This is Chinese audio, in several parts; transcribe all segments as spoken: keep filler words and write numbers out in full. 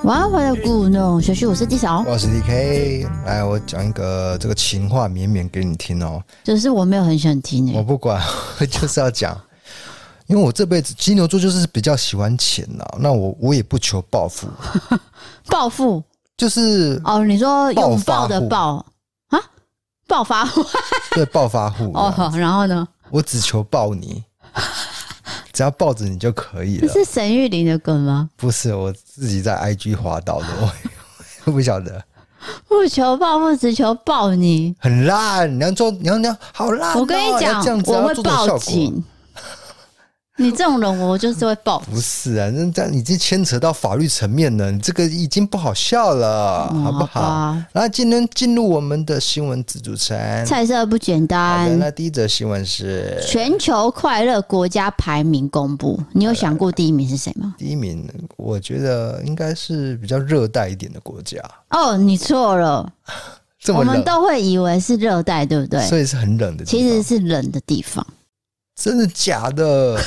晚安，回来故弄学学，我是纪晓， 我是 D K。来，我讲一个这个情话绵绵给你听哦。 就是我没有很喜欢听诶， 我不管，我就是要讲，因为我这辈子金牛座就是比较喜欢钱呐、啊。那我我也不求暴富， 暴富就是哦，你说拥抱的抱啊，暴发户， 对，暴发户哦，然后呢？ 我只求抱你。只要抱着你就可以了。 这是沈玉琳的梗吗？ 不是，我自己在 I G 滑到的，我不晓得。 不求抱负，只求抱你， 很烂。你要做，你要你要好烂、哦。 我跟你讲，我会报警。你这种人，我就是会报警。 不是啊，那这样已经牵扯到法律层面了，你这个已经不好笑了，嗯、好不好？好，那今天进入我们的新闻自助餐。 菜色不简单。 好的，那第一则新闻是全球快乐国家排名公布。你有想过第一名是谁吗？ 第一名，我觉得应该是比较热带一点的国家。 哦，你错了。这么冷，我们都会以为是热带，对不对？ 所以是很冷的地方。 其实是冷的地方。 真的假的？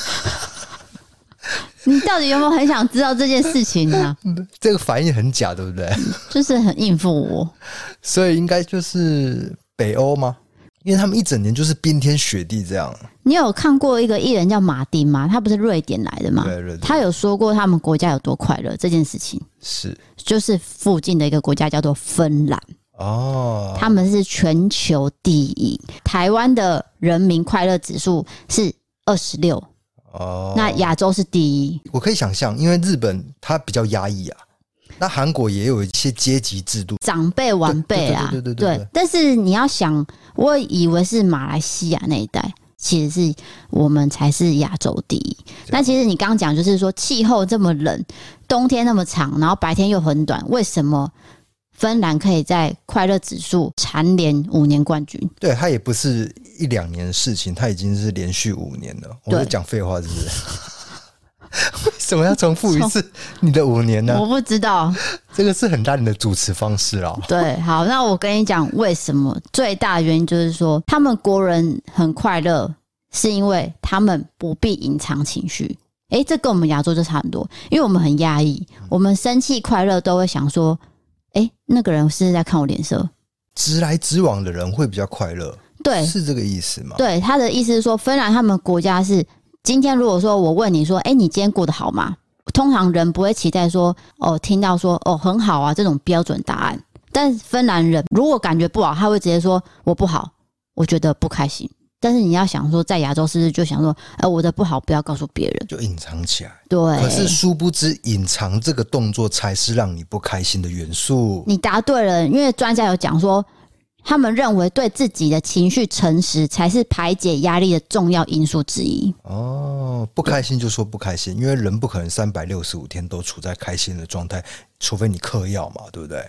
你到底有没有很想知道这件事情呢、啊？ 这个反应很假，对不对？ 就是很应付我。 所以应该就是北欧吗？因为他们一整年就是冰天雪地这样。 你有看过一个艺人叫马丁吗？他不是瑞典来的吗？ 对，瑞典。 他有说过他们国家有多快乐这件事情。 是， 就是附近的一个国家叫做芬兰。哦，他们是全球第一，台湾的人民快乐指数是二十六，哦，那亚洲是第一。 我可以想象，因为日本它比较压抑啊，那韩国也有一些阶级制度， 长辈晚辈啊， 对对对对 对, 对, 对。 但是你要想，我以为是马来西亚那一带，其实是我们才是亚洲第一。但其实你刚刚讲就是说，气候这么冷，冬天那么长，然后白天又很短，为什么芬兰可以在快乐指数蝉联五年冠军？ 对，它也不是一两年的事情，它已经是连续五年了。我在讲废话是不是？为什么要重复一次你的五年呢？ 我不知道， 这个是很烂的主持方式哦。 对，好，那我跟你讲，为什么最大的原因就是说，他们国人很快乐，是因为他们不必隐藏情绪。诶，这跟我们亚洲就差很多，因为我们很压抑，我们生气快乐都会想说，哎，那个人是在看我脸色。 直来直往的人会比较快乐， 对， 是这个意思吗？ 对，他的意思是说，芬兰他们国家是，今天如果说我问你说，哎，你今天过得好吗？通常人不会期待说，哦，听到说，哦，很好啊这种标准答案。但是芬兰人如果感觉不好，他会直接说我不好，我觉得不开心。但是你要想说，在亚洲是不是就想说，呃，我的不好不要告诉别人， 就隐藏起来。 对。 可是殊不知，隐藏这个动作才是让你不开心的元素。 你答对了，因为专家有讲说，他们认为对自己的情绪诚实才是排解压力的重要因素之一。 哦，不开心就说不开心，因为人不可能三百六十五天都处在开心的状态，除非你嗑药嘛，对不对？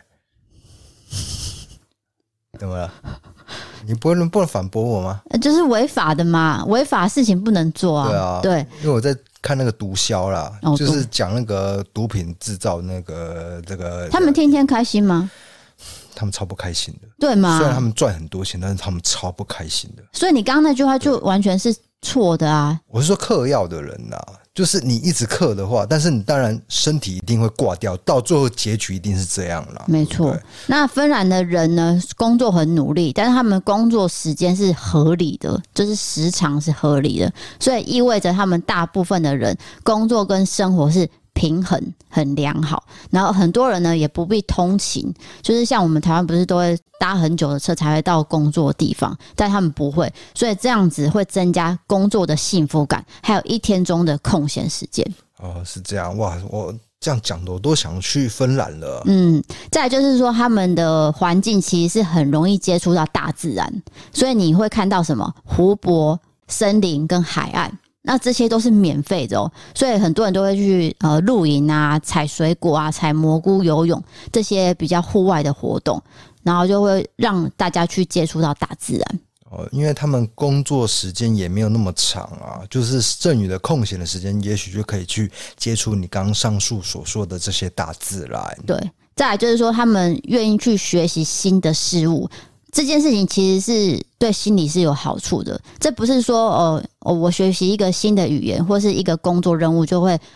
怎么了？你不能不能反驳我吗？ 就是违法的嘛，违法事情不能做啊。 对啊， 对， 因为我在看那个毒枭啦， 哦、 就是讲那个毒品制造那个这个。 他们天天开心吗？ 他们超不开心的， 对吗？ 虽然他们赚很多钱，但是他们超不开心的。 所以你刚刚那句话就完全是错的啊！ 我是说嗑药的人啊，就是你一直嗑的话，但是你当然身体一定会挂掉，到最后结局一定是这样啦。 没错。那芬兰的人呢，工作很努力，但是他们工作时间是合理的，就是时长是合理的，所以意味着他们大部分的人工作跟生活是平衡很良好，然后很多人呢也不必通勤，就是像我们台湾不是都会搭很久的车才会到工作的地方，但他们不会，所以这样子会增加工作的幸福感，还有一天中的空闲时间。 哦，是这样哇！我这样讲的，我都想去芬兰了。 嗯，再来就是说，他们的环境其实是很容易接触到大自然，所以你会看到什么湖泊、森林跟海岸。那这些都是免费的哦，所以很多人都会去呃露营啊、采水果啊、采蘑菇、游泳这些比较户外的活动，然后就会让大家去接触到大自然。 哦，因为他们工作时间也没有那么长啊，就是剩余的空闲的时间，也许就可以去接触你刚刚上述所说的这些大自然。 对，再来就是说，他们愿意去学习新的事物。这件事情其实是对心理是有好处的，这不是说呃、哦，我学习一个新的语言或是一个工作任务就会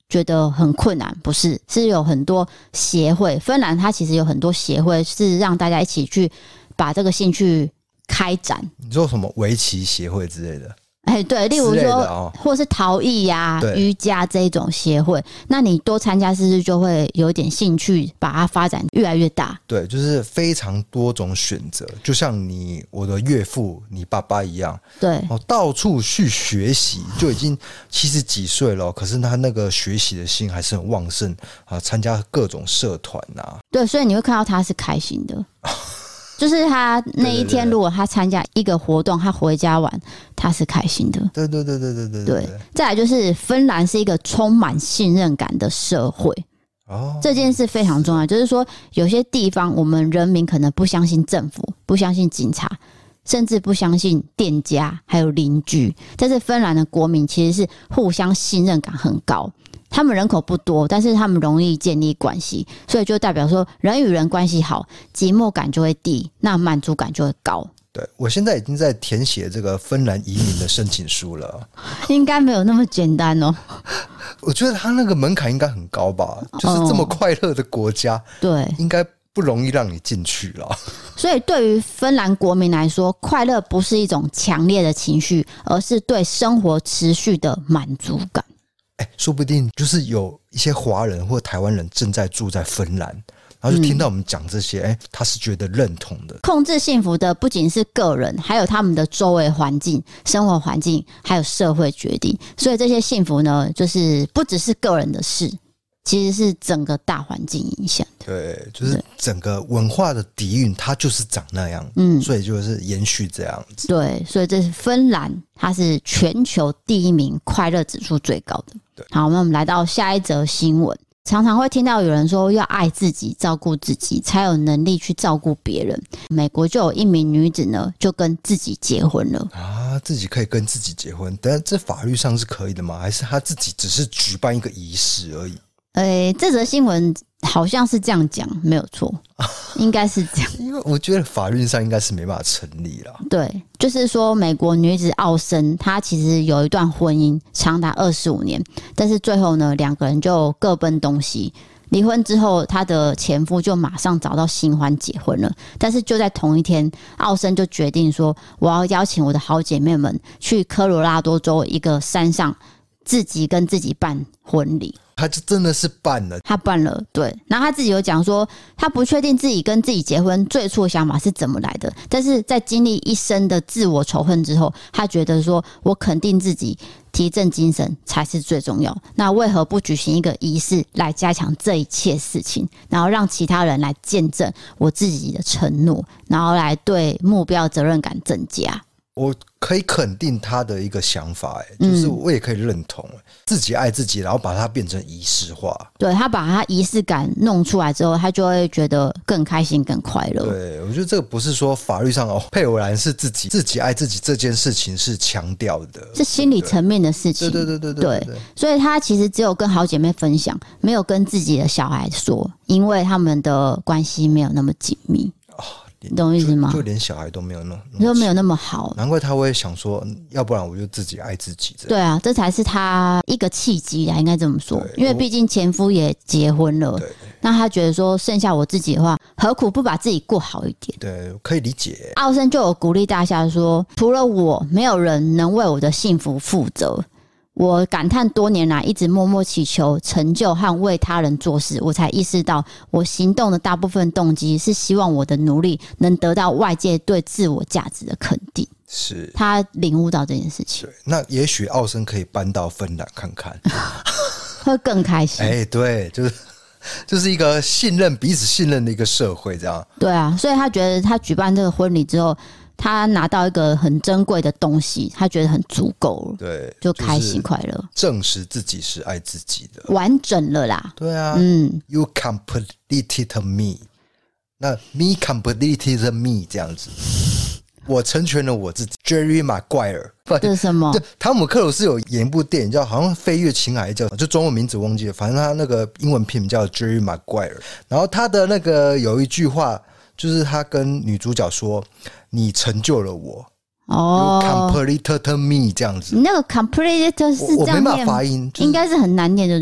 觉得很困难，不是，是有很多协会，芬兰它其实有很多协会是让大家一起去把这个兴趣开展。 你说什么围棋协会之类的？ 哎，对，例如说， 哦、 或是陶艺呀、啊、瑜伽这一种协会，那你多参加，是不是就会有点兴趣，把它发展越来越大？ 对，就是非常多种选择，就像你我的岳父、你爸爸一样， 对， 哦，到处去学习，就已经七十几岁了，可是他那个学习的心还是很旺盛啊，参加各种社团啊， 对，所以你会看到他是开心的。就是他那一天，如果他参加一个活动，他回家玩，他是开心的。 对对对对对对对。再来就是芬兰是一个充满信任感的社会，哦，这件事非常重要。就是说，有些地方我们人民可能不相信政府，不相信警察，甚至不相信店家，还有邻居。但是芬兰的国民其实是互相信任感很高。他们人口不多，但是他们容易建立关系，所以就代表说人与人关系好，寂寞感就会低，那满足感就会高。 对，我现在已经在填写这个芬兰移民的申请书了， 应该没有那么简单哦。 我觉得他那个门槛应该很高吧，就是这么快乐的国家， 对， 应该不容易让你进去了。 所以对于芬兰国民来说，快乐不是一种强烈的情绪，而是对生活持续的满足感。 欸、说不定就是有一些华人或台湾人正在住在芬兰，然后就听到我们讲这些，哎、嗯欸，他是觉得认同的。 控制幸福的不仅是个人，还有他们的周围环境、生活环境，还有社会决定。所以这些幸福呢，就是不只是个人的事，其实是整个大环境影响的。 对，就是整个文化的底蕴，它就是长那样， 嗯， 所以就是延续这样子。 对，所以这是芬兰，它是全球第一名快乐指数最高的。 对， 好，那我们来到下一则新闻。常常会听到有人说要爱自己、照顾自己，才有能力去照顾别人。美国就有一名女子呢，就跟自己结婚了啊，自己可以跟自己结婚，但这法律上是可以的吗？还是她自己只是举办一个仪式而已？ 诶、欸，这则新闻好像是这样讲，没有错，应该是这样。 因为我觉得法律上应该是没办法成立啦。 对，就是说美国女子奥森，她其实有一段婚姻长达二十五年，但是最后呢，两个人就各奔东西。离婚之后，她的前夫就马上找到新欢结婚了。但是就在同一天，奥森就决定说，我要邀请我的好姐妹们去科罗拉多州一个山上，自己跟自己办婚礼。 他就真的是办了， 他办了，对。然后他自己有讲说，他不确定自己跟自己结婚最初的想法是怎么来的，但是在经历一生的自我仇恨之后，他觉得说，我肯定自己，提振精神才是最重要。那为何不举行一个仪式来加强这一切事情，然后让其他人来见证我自己的承诺，然后来对目标责任感增加？ 我可以肯定他的一个想法，就是我也可以认同，自己爱自己，然后把它变成仪式化。 对，他把他仪式感弄出来之后，他就会觉得更开心、更快乐。 对，我觉得这个不是说法律上哦，配偶栏是自己自己爱自己这件事情是强调的， 是心理层面的事情。 对对对对 对, 对, 对, 对。 所以他其实只有跟好姐妹分享，没有跟自己的小孩说，因为他们的关系没有那么紧密。你懂我意思吗？ 就, 就连小孩都没有那都没有那么好， 难怪他会想说，要不然我就自己爱自己。 对啊，这才是他一个契机啊，应该这么说。因为毕竟前夫也结婚了，那他觉得说，剩下我自己的话，何苦不把自己过好一点？ 对，可以理解。 奥森就有鼓励大家说，除了我，没有人能为我的幸福负责。我感叹多年来一直默默祈求成就和为他人做事，我才意识到我行动的大部分动机是希望我的努力能得到外界对自我价值的肯定。 是他领悟到这件事情。 对，那也许奥森可以搬到芬兰看看， 会更开心。 哎、欸，对，就是就是一个信任彼此信任的一个社会，这样。 对啊，所以他觉得他举办这个婚礼之后，他拿到一个很珍贵的东西，他觉得很足够了， 对， 就开心快乐， 证实自己是爱自己的， 完整了啦。 对啊， 嗯 ，You completed me， 那 me completed me 这样子，我成全了我自己。Jerry Maguire， 这是什么？ 对，汤姆克鲁斯有演一部电影叫好像《飞越情海》，叫就中文名字忘记了，反正他那个英文片名叫 Jerry Maguire， 然后他的那个有一句话。就是他跟女主角说：“你成就了我。”哦 ，You completed me 这样子。 你那个 completed 是这样念， 我, 我没办法发音，就是、 应该是很难念，对不对？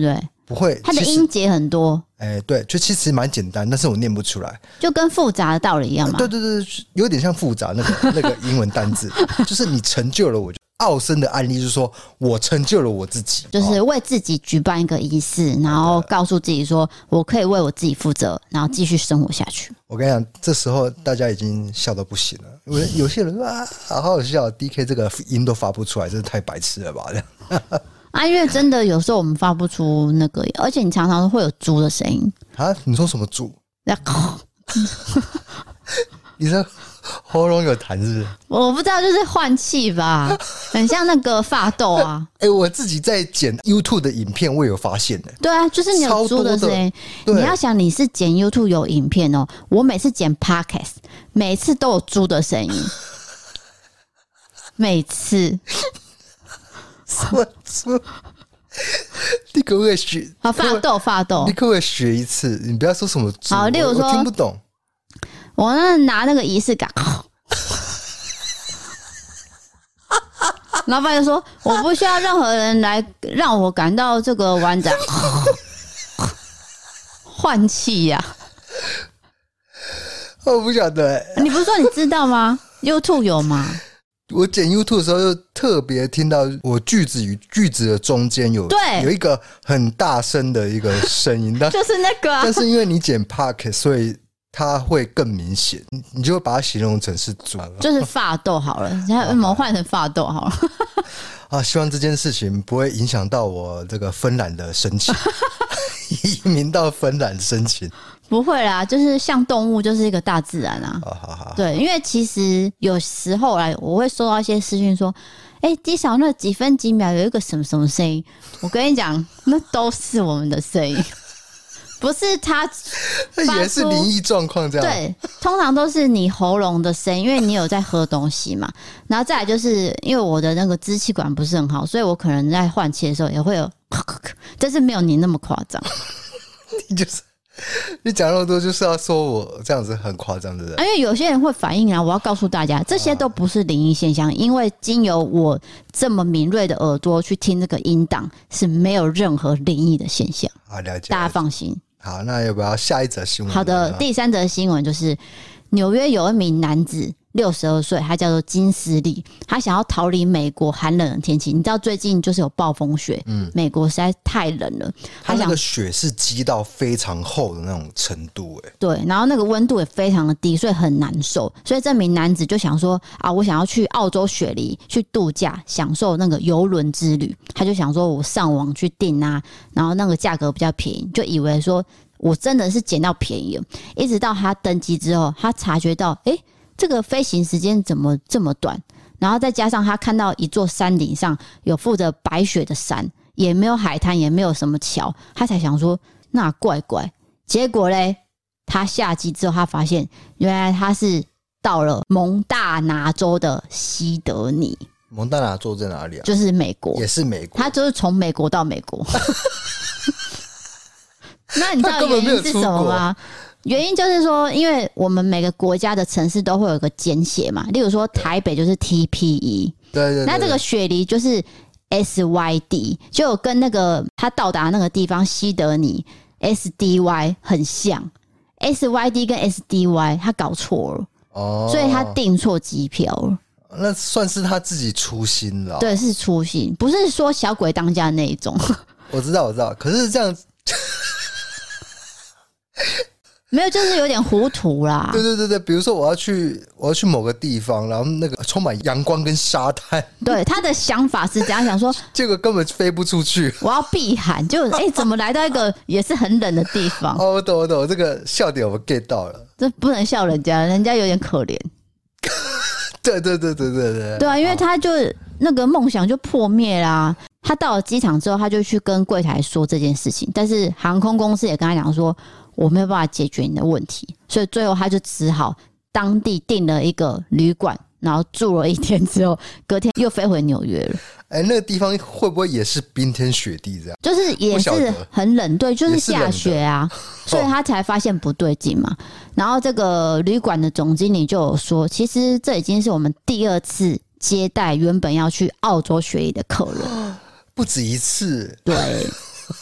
不会， 它的音节很多。 哎、欸，对，就其实蛮简单，但是我念不出来， 就跟复杂的道理一样嘛。 对对对，有点像复杂那个那个英文单字，就是你成就了我。奥森的案例就是说我成就了我自己， 就是为自己举办一个仪式，然后告诉自己说我可以为我自己负责，然后继续生活下去。 我跟你讲，这时候大家已经笑到不行了，因为有些人说啊，好好笑 ，D K 这个音都发不出来，真是太白痴了吧？ 啊，因为真的有时候我们发不出那个，而且你常常会有猪的声音啊。你说什么猪？你说喉咙有痰是不是？ 我不知道，就是换气吧，很像那个发豆啊。 哎、欸，我自己在剪 YouTube 的影片，我有发现的、欸。 对啊，就是你有猪的声音。你要想你是剪 YouTube 有影片哦，我每次剪 Podcast， 每次都有猪的声音，每次。 什么猪？你可不可以学？ 好，发豆发豆， 你可不可以学一次？你不要说什么猪， 好，例如说我听不懂。 我那拿那个仪式感，老板就说我不需要任何人来让我感到这个完整，换气呀。 我不晓得、 欸，你不是说你知道吗 ？YouTube 有吗？ 我剪 YouTube 的时候，就特别听到我句子与句子的中间有对有一个很大声的一个声音，但就是那个、啊。 但是因为你剪 Podcast， 所以它会更明显，你就会把它形容成是猪， 就是发豆好了，现在我们换成发豆好了。 啊，希望这件事情不会影响到我这个芬兰的申请，移民到芬兰申请。 不会啦，就是像动物，就是一个大自然啊。 好好好， 对，因为其实有时候来，我会收到一些私讯说，哎、欸，低嫂那几分几秒有一个什么什么声音，我跟你讲，那都是我们的声音，不是他也是灵异状况这样。 对，通常都是你喉咙的声音，因为你有在喝东西嘛。然后再来就是因为我的那个支气管不是很好，所以我可能在换气的时候也会有，但是没有你那么夸张。 你就是。你讲那么多就是要说我这样子很夸张的人、 啊、因为有些人会反应啊，我要告诉大家这些都不是灵异现象，因为经由我这么敏锐的耳朵去听这个音档是没有任何灵异的现象。 好，了解， 大家放心。 好，那要不要下一则新闻？ 好的，第三则新闻就是纽约有一名男子六十二岁，他叫做金斯利，他想要逃离美国寒冷的天气。你知道最近就是有暴风雪，嗯，美国实在太冷了， 他那个雪是积到非常厚的那种程度、欸， 对，然后那个温度也非常的低，所以很难受。所以这名男子就想说啊，我想要去澳洲雪梨去度假，享受那个邮轮之旅。他就想说我上网去订啊，然后那个价格比较便宜，就以为说我真的是捡到便宜了。一直到他登机之后，他察觉到，哎、欸。这个飞行时间怎么这么短？然后再加上他看到一座山顶上有覆着白雪的山，也没有海滩，也没有什么桥，他才想说那怪怪。结果嘞，他下机之后，他发现原来他是到了蒙大拿州的西德尼。 蒙大拿州在哪里啊？ 就是美国， 也是美国。 他就是从美国到美国。那你知道原因是什么吗？原因就是说，因为我们每个国家的城市都会有一个简写嘛，例如说台北就是 T P E， 对对对， 那这个雪梨就是 S Y D， 就跟那个他到达那个地方西德尼 S D Y 很像 ，S Y D 跟 S D Y 他搞错了，哦，所以他订错机票了。 那算是他自己粗心了， 对，是粗心，不是说小鬼当家那一种。 我知道，我知道，可是这样子。 没有，就是有点糊涂啦。 对对对对，比如说我要去，我要去某个地方，然后那个充满阳光跟沙滩。对， 他的想法是这样想说， 结果根本飞不出去。 我要避寒，就哎、欸，怎么来到一个也是很冷的地方？ 哦，我懂我懂，这个笑点我 get 到了。 这不能笑人家，人家有点可怜。 对对对对对对。 对啊，因为他就那个梦想就破灭啦。他到了机场之后，他就去跟柜台说这件事情，但是航空公司也跟他讲说，我没有办法解决你的问题，所以最后他就只好当地订了一个旅馆，然后住了一天之后，隔天又飞回纽约了。 哎、欸，那个地方会不会也是冰天雪地这样？ 就是也是很冷，对，就是下雪啊，所以他才发现不对劲嘛。然后这个旅馆的总经理就有说，其实这已经是我们第二次接待原本要去澳洲雪梨的客人。 不止一次， 对，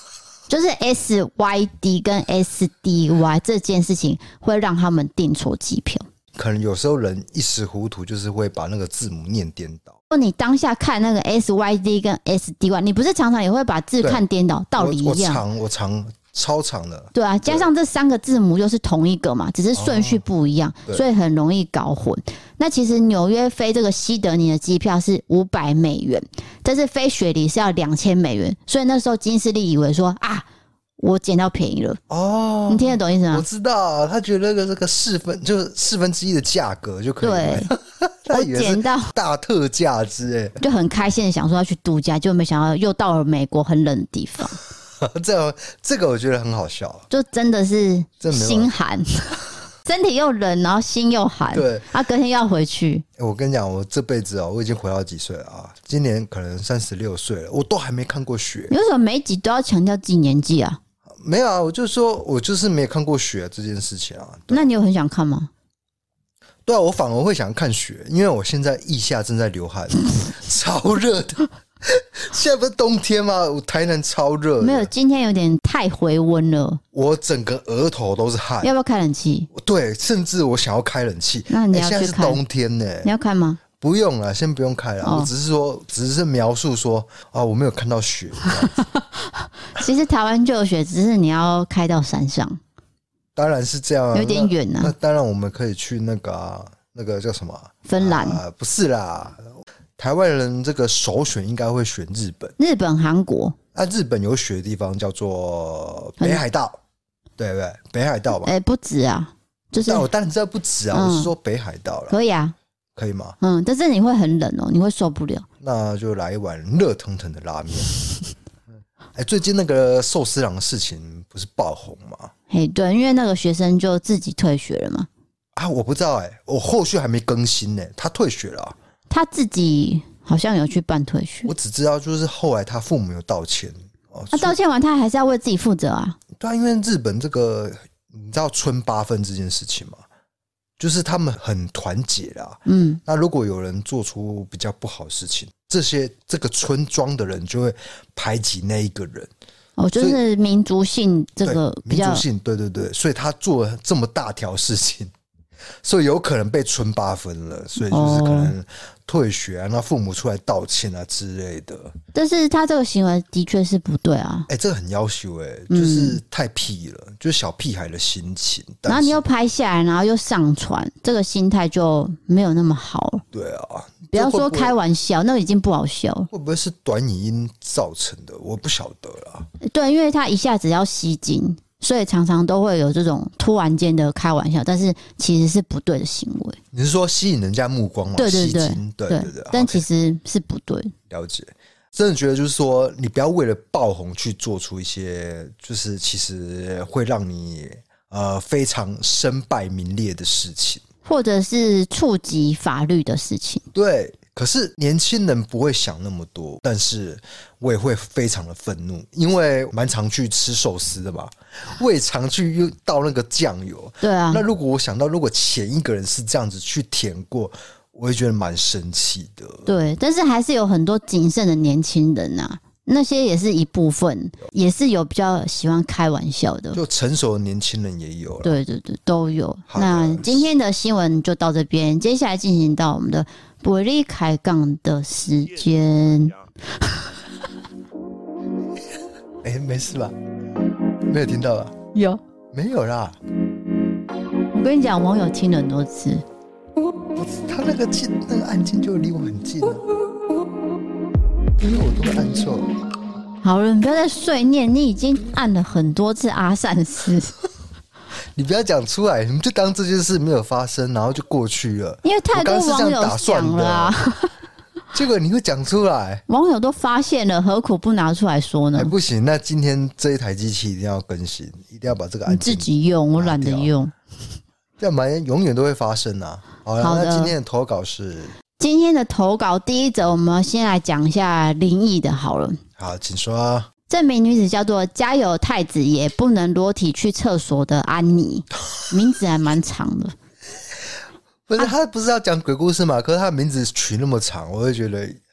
就是 S Y D 跟 S D Y 这件事情会让他们订错机票。 可能有时候人一时糊涂，就是会把那个字母念颠倒。 如果你当下看那个 S Y D 跟 S D Y， 你不是常常也会把字看颠倒，道理一样。 我长，我长。超长的， 对啊，加上这三个字母又是同一个嘛，只是顺序不一样，哦、所以很容易搞混。那其实纽约飞这个西德尼的机票是五百美元，但是飞雪梨是要两千美元，所以那时候金斯利以为说啊，我捡到便宜了。哦，你听得懂意思吗？ 我知道，他觉得那个这个四分就是四分之一的价格就可以对。我捡到大特价之哎， 就很开心的想说要去度假，就没想到又到了美国很冷的地方。 这个这个我觉得很好笑， 就真的是心寒，身体又冷，然后心又寒。 对， 啊，隔天又要回去。 欸、我跟你讲，我这辈子哦，我已经活到几岁了啊？今年可能三十六岁了，我都还没看过雪。 你为什么每一集都要强调自己年纪啊？ 没有啊，我就说我就是没有看过雪这件事情啊。 那你有很想看吗？ 对啊，我反而会想看雪，因为我现在腋下正在流汗，超热的。现在不是冬天吗？我台南超热。 没有，今天有点太回温了。 我整个额头都是汗。 要不要开冷气？ 对，甚至我想要开冷气。 那你要去看？ 欸、现在是冬天呢、欸， 你要看吗？ 不用了，先不用开了。哦、我只是说，只是描述说啊，我没有看到雪。 其实台湾就有雪，只是你要开到山上。 当然是这样、啊， 有点远啊。 那当然我们可以去那个、啊、那个叫什么？ 芬兰、 啊？不是啦。台湾人这个首选应该会选日本， 日本、韩国。 那、啊、日本有雪的地方叫做北海道，对不对？北海道吧？ 哎、欸，不止啊，就是。 但我当然知道不止啊，嗯、我是说北海道了。 可以啊， 可以吗？ 嗯，但是你会很冷哦，你会受不了。 那就来一碗热腾腾的拉面。哎、欸，最近那个寿司郎的事情不是爆红吗？ 嘿，对，因为那个学生就自己退学了嘛。 啊，我不知道哎、欸，我后续还没更新呢、欸，他退学了、啊。 他自己好像有去办退学， 我只知道就是后来他父母有道歉， 他、啊、道歉完他还是要为自己负责啊。 对啊，因为日本这个你知道村八分这件事情吗？就是他们很团结啦。嗯，那如果有人做出比较不好的事情，这些这个村庄的人就会排挤那一个人。 哦，就是民族性这个比较民族性，对对对，所以他做了这么大条事情。所以有可能被村八分了，所以就是可能退学啊，那父母出来道歉啊之类的。 但是他这个行为的确是不对啊。 哎、欸，这个很要求哎、欸，就是太屁了，嗯、就是小屁孩的心情。 然后你又拍下来，然后又上传，这个心态就没有那么好。 对啊， 不要说开玩笑，那个已经不好笑了。 会不会是短影音造成的？我不晓得啦。 对，因为他一下子要吸睛。所以常常都会有这种突然间的开玩笑，但是其实是不对的行为。 你是说吸引人家目光吗？ 对对对， 对对对， 但其实是不对。 了解，真的觉得就是说，你不要为了爆红去做出一些，就是其实会让你呃非常身败名裂的事情， 或者是触及法律的事情。 对。可是年轻人不会想那么多，但是我也会非常的愤怒，因为蛮常去吃寿司的嘛，我也常去倒那个酱油。 对啊， 那如果我想到，如果前一个人是这样子去舔过，我会觉得蛮生气的。 对，但是还是有很多谨慎的年轻人啊，那些也是一部分，也是有比较喜欢开玩笑的， 就成熟的年轻人也有了。 对对对，都有。那今天的新闻就到这边，接下来进行到我们的不利开杠的时间。 哎、欸，没事吧？没有听到吧？ 有， 没有啦。 我跟你讲，网友听了很多次。 他那个近，那个按键就离我很近啊，因为我都会按错。 好了，你不要再碎念，你已经按了很多次阿善师。 你不要讲出来，你们就当这件事没有发生，然后就过去了。 因为太多网友讲了啊， 结果你会讲出来， 网友都发现了，何苦不拿出来说呢？ 哎，不行，那今天这一台机器一定要更新，一定要把这个按键你自己用，我懒得用。 要不然永远都会发生啊。好了，那今天的投稿是今天的投稿第一则，我们先来讲一下灵异的，好了。 好，请说。 这名女子叫做家有太子也不能裸体去厕所的安妮，名字还蛮长的。 不是，他不是要讲鬼故事嘛？可是他的名字取那么长，我会觉得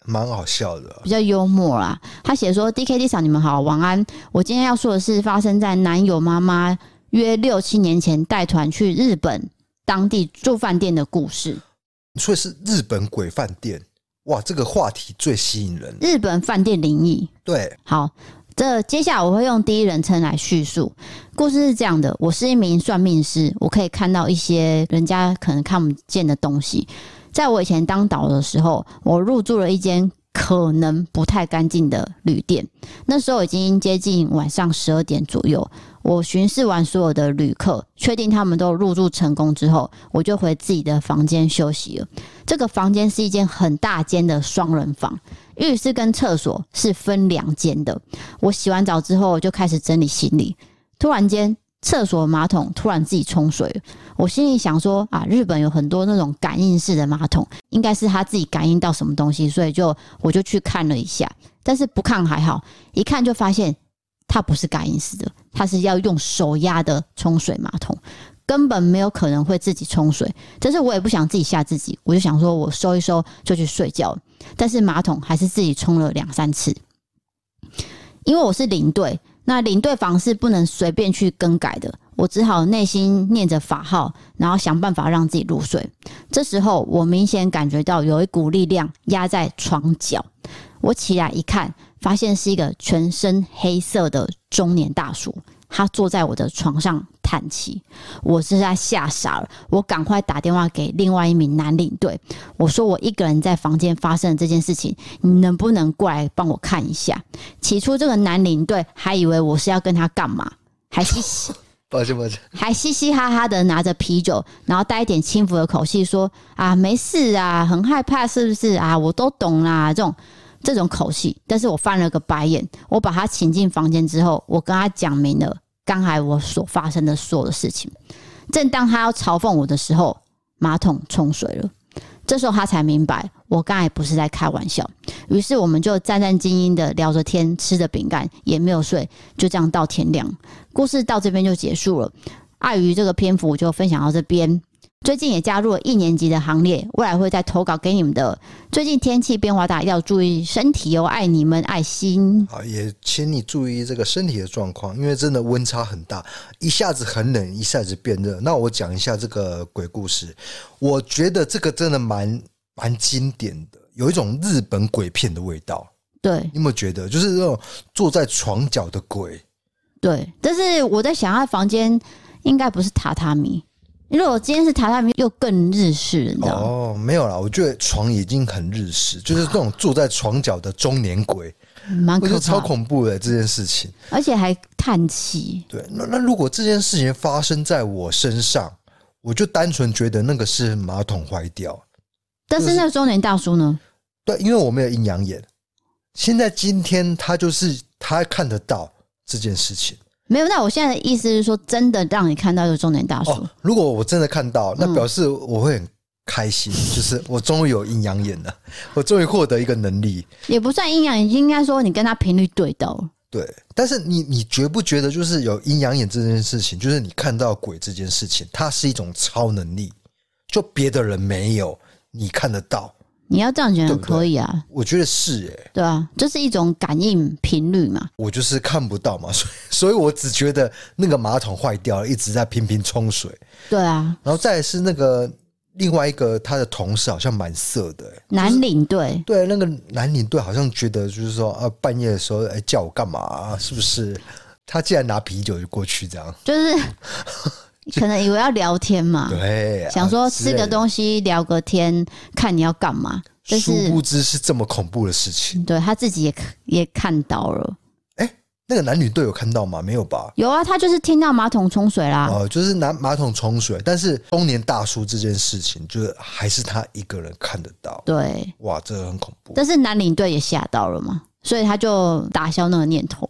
蛮好笑的， 比较幽默啦。他写说 ：“D K D 嫂，你们好，晚安。我今天要说的是发生在男友妈妈约六七年前带团去日本当地住饭店的故事。 所以是日本鬼饭店，哇，这个话题最吸引人。 日本饭店灵异， 对， 好。”这接下来我会用第一人称来叙述故事是这样的，我是一名算命师，我可以看到一些人家可能看不见的东西。在我以前当导的时候，我入住了一间可能不太干净的旅店，那时候已经接近晚上十二点左右。我巡视完所有的旅客，确定他们都入住成功之后，我就回自己的房间休息了。这个房间是一间很大间的双人房，浴室跟厕所是分两间的。我洗完澡之后就开始整理行李，突然间厕所马桶突然自己冲水了。我心里想说啊，日本有很多那种感应式的马桶，应该是他自己感应到什么东西，所以就我就去看了一下。但是不看还好，一看就发现它不是感应式的，它是要用手压的冲水马桶，根本没有可能会自己冲水。但是我也不想自己吓自己，我就想说我收一收就去睡觉。但是马桶还是自己冲了两三次。因为我是领队，那领队房是不能随便去更改的，我只好内心念着法号，然后想办法让自己入睡。这时候我明显感觉到有一股力量压在床角，我起来一看，发现是一个全身黑色的中年大叔，他坐在我的床上叹气。我实在吓傻了，我赶快打电话给另外一名男领队，我说我一个人在房间发生了这件事情，你能不能过来帮我看一下？起初这个男领队还以为我是要跟他干嘛，还嘻嘻抱歉抱歉， 还嘻嘻哈哈的拿着啤酒，然后带一点轻浮的口气说啊，没事啊，很害怕是不是啊？我都懂啦，这种这种口气。但是我翻了个白眼，我把他请进房间之后，我跟他讲明了刚才我所发生的所有的事情。正当他要嘲讽我的时候，马桶冲水了。这时候他才明白我刚才不是在开玩笑，于是我们就战战兢兢的聊着天，吃着饼干，也没有睡，就这样到天亮。故事到这边就结束了。碍于这个篇幅，我就分享到这边。最近也加入了一年级的行列，未来会再投稿给你们的。最近天气变化大，要注意身体哦，爱你们，爱心。 好，也请你注意这个身体的状况，因为真的温差很大，一下子很冷，一下子变热。那我讲一下这个鬼故事，我觉得这个真的蛮蛮经典的，有一种日本鬼片的味道。 对， 你有没有觉得，就是那种坐在床角的鬼？ 对，但是我在想，他房间应该不是榻榻米。如果今天是榻榻米，又更日式，你知道吗？ 哦，没有啦，我觉得床已经很日式，就是这种坐在床角的中年鬼， 蛮可怕的， 我觉得超恐怖的这件事情， 而且还叹气。 对，那那如果这件事情发生在我身上，我就单纯觉得那个是马桶坏掉。 但是那个中年大叔呢？ 对，因为我没有阴阳眼，现在今天他就是他看得到这件事情。 没有，那我现在的意思是说，真的让你看到一个中年大叔。 哦，如果我真的看到，那表示我会很开心，嗯、就是我终于有阴阳眼了，我终于获得一个能力， 也不算阴阳眼，应该说你跟他频率对到了。 对，但是你你觉不觉得，就是有阴阳眼这件事情，就是你看到鬼这件事情，它是一种超能力，就别的人没有，你看得到。 你要这样讲可以啊， 我觉得是耶、欸， 对啊，这是一种感应频率嘛。 我就是看不到嘛，所以所以我只觉得那个马桶坏掉了，一直在频频冲水。 对啊， 然后再来是那个另外一个他的同事好像蛮色的、欸， 男领队、 就是、对那个男领队好像觉得就是说啊半夜的时候哎、欸、叫我干嘛、啊？是不是？他竟然拿啤酒就过去这样， 就是。可能以为要聊天嘛， 对、啊， 想说吃个东西聊个天，看你要干嘛。但是殊不知是这么恐怖的事情。 对，他自己也也看到了。 哎、欸，那个男女队有看到吗？没有吧？ 有啊，他就是听到马桶冲水啦。 哦，就是拿马桶冲水，但是中年大叔这件事情，就是还是他一个人看得到。 对， 哇，这个很恐怖。 但是男领队也吓到了嘛，所以他就打消那个念头。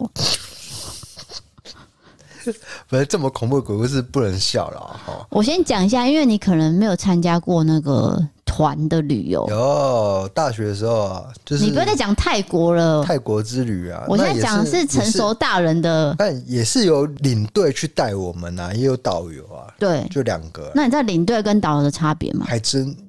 反正这么恐怖的鬼故事不能笑了哈。 我先讲一下，因为你可能没有参加过那个团的旅游。 有大学的时候啊，就是你不要再讲泰国了， 泰国之旅啊。 我现在讲的是成熟大人的， 但也是有领队去带我们啊，也有导游啊， 对， 就两个。 那你知道领队跟导游的差别吗？ 还真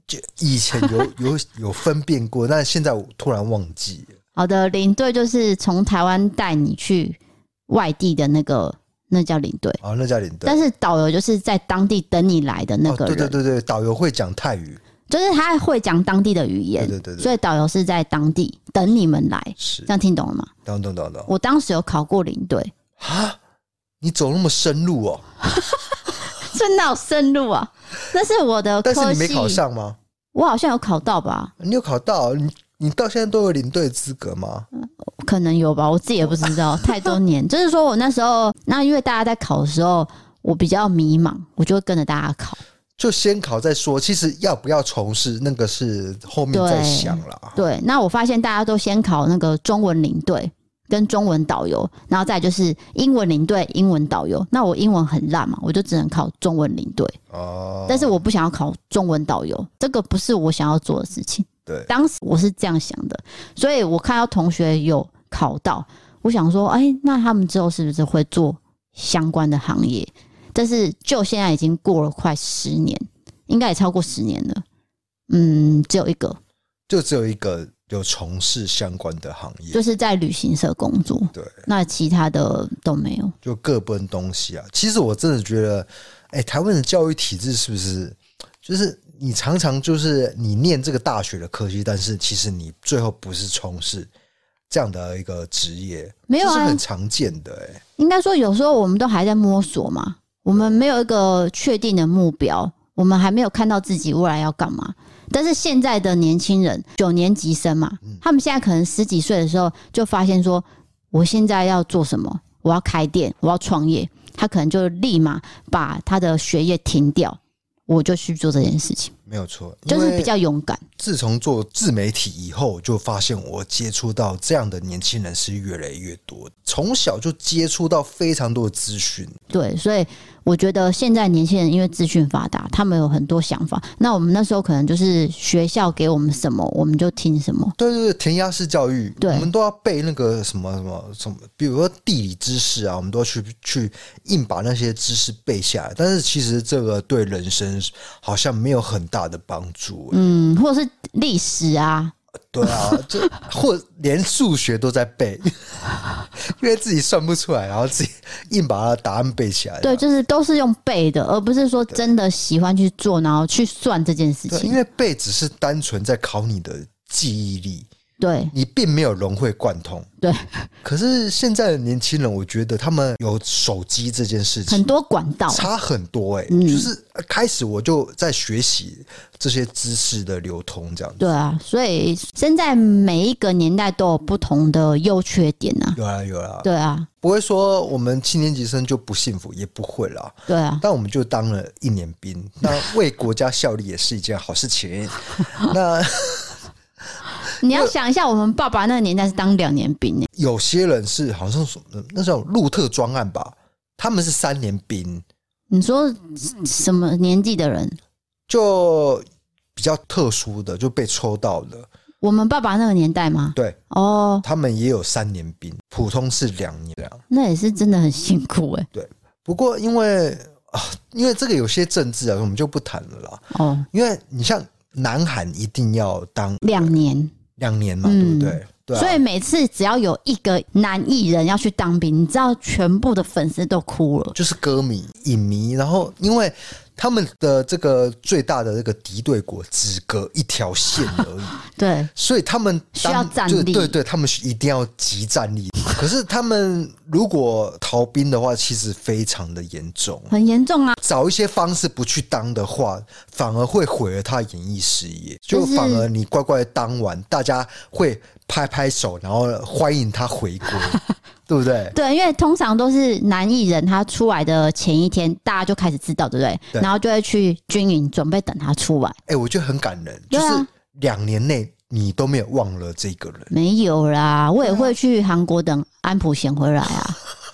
就以前有有有分辨过，但现在我突然忘记了。 好的，领队就是从台湾带你去外地的那个，那叫领队。 哦，那叫领队。 但是导游就是在当地等你来的那个人。 哦、对对对对，导游会讲泰语， 就是他会讲当地的语言。 对对对对， 所以导游是在当地等你们来。 是， 这样听懂了吗？ 懂懂懂懂。 我当时有考过领队。 啊？你走那么深入哦？ 真的好深入啊！那是我的科系。 但是你没考上吗？ 我好像有考到吧？ 你有考到？你你到现在都有领队资格吗？ 可能有吧，我自己也不知道，太多年。就是说我那时候，那因为大家在考的时候，我比较迷茫，我就会跟着大家考。 就先考再说，其实要不要从事那个是后面再想啦。 对，那我发现大家都先考那个中文领队跟中文导游，然后再就是英文领队、英文导游。那我英文很烂嘛，我就只能考中文领队。哦，但是我不想要考中文导游，这个不是我想要做的事情。 对， 当时我是这样想的，所以我看到同学有考到，我想说，哎、欸，那他们之后是不是会做相关的行业？但是就现在已经过了快十年，应该也超过十年了。嗯，只有一个， 就只有一个有从事相关的行业， 就是在旅行社工作。 对， 那其他的都没有， 就各奔东西啊。其实我真的觉得，哎、欸，台湾的教育体制是不是就是你常常就是你念这个大学的科系，但是其实你最后不是从事这样的一个职业， 没有啊， 这是很常见的、欸。 应该说有时候我们都还在摸索嘛，我们没有一个确定的目标，我们还没有看到自己未来要干嘛。但是现在的年轻人，九年级生嘛，他们现在可能十几岁的时候就发现说，我现在要做什么？我要开店，我要创业，他可能就立马把他的学业停掉，我就去做这件事情。 没有错， 就是比较勇敢。 自从做自媒体以后，就发现我接触到这样的年轻人是越来越多，从小就接触到非常多的资讯。 对，所以我觉得现在年轻人因为资讯发达，他们有很多想法。那我们那时候可能就是学校给我们什么，我们就听什么。 对对对，填鸭式教育， 对， 我们都要背那个什么什么什么，比如说地理知识啊，我们都要去去硬把那些知识背下来。但是其实这个对人生好像没有很大的帮助。 嗯，或者是历史啊。 对啊，就或连数学都在背，因为自己算不出来，然后自己硬把它答案背起来。 对，就是都是用背的，而不是说真的喜欢去做，然后去算这件事情。 因为背只是单纯在考你的记忆力， 对， 你并没有融会贯通。 对， 可是现在的年轻人，我觉得他们有手机这件事情， 很多管道差很多哎、欸嗯，就是开始我就在学习这些知识的流通，这样子。 对啊，所以现在每一个年代都有不同的优缺点啊。 有啊有啊， 对啊， 不会说我们七年级生就不幸福，也不会啦。 对啊， 但我们就当了一年兵，那为国家效力也是一件好事情。那你要想一下，我们爸爸那个年代是当两年兵、欸、 有些人是好像那时候路特专案吧，他们是三年兵。 你说什么年纪的人？ 就比较特殊的就被抽到了。 我们爸爸那个年代吗？ 对， 哦， 他们也有三年兵，普通是两年。 那也是真的很辛苦哎、欸。 对，不过因为啊，因为这个有些政治啊，我们就不谈了啦。哦，因为你像南韩一定要当两年。 两年嘛，嗯、对不对？对啊、 所以每次只要有一个男艺人要去当兵，你知道全部的粉丝都哭了， 就是歌迷、影迷。然后因为他们的这个最大的这个敌对国只隔一条线而已， 对， 所以他们需要战力， 对对，他们一定要集战力。可是他们如果逃兵的话，其实非常的严重， 很严重啊！ 找一些方式不去当的话，反而会毁了他演艺事业。就反而你乖乖当完，大家会拍拍手，然后欢迎他回归。对不对？ 对，因为通常都是男艺人他出来的前一天，大家就开始知道，对不对？对，然后就会去军营准备等他出来。 哎、欸，我觉得很感人，就是两年内你都没有忘了这个人。 没有啦，我也会去韩国等安普贤回来啊。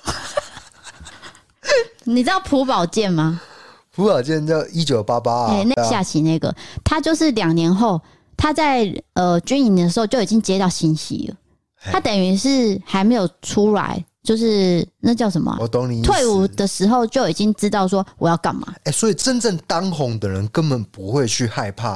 你知道朴宝剑吗？ 朴宝剑叫一九八八， 哎，那下棋那个，他就是两年后，他在呃军营的时候就已经接到信息了。他等于是还没有出来，就是那叫什么、啊？ 我懂你意思。 退伍的时候就已经知道说我要干嘛。 哎、欸，所以真正当红的人根本不会去害怕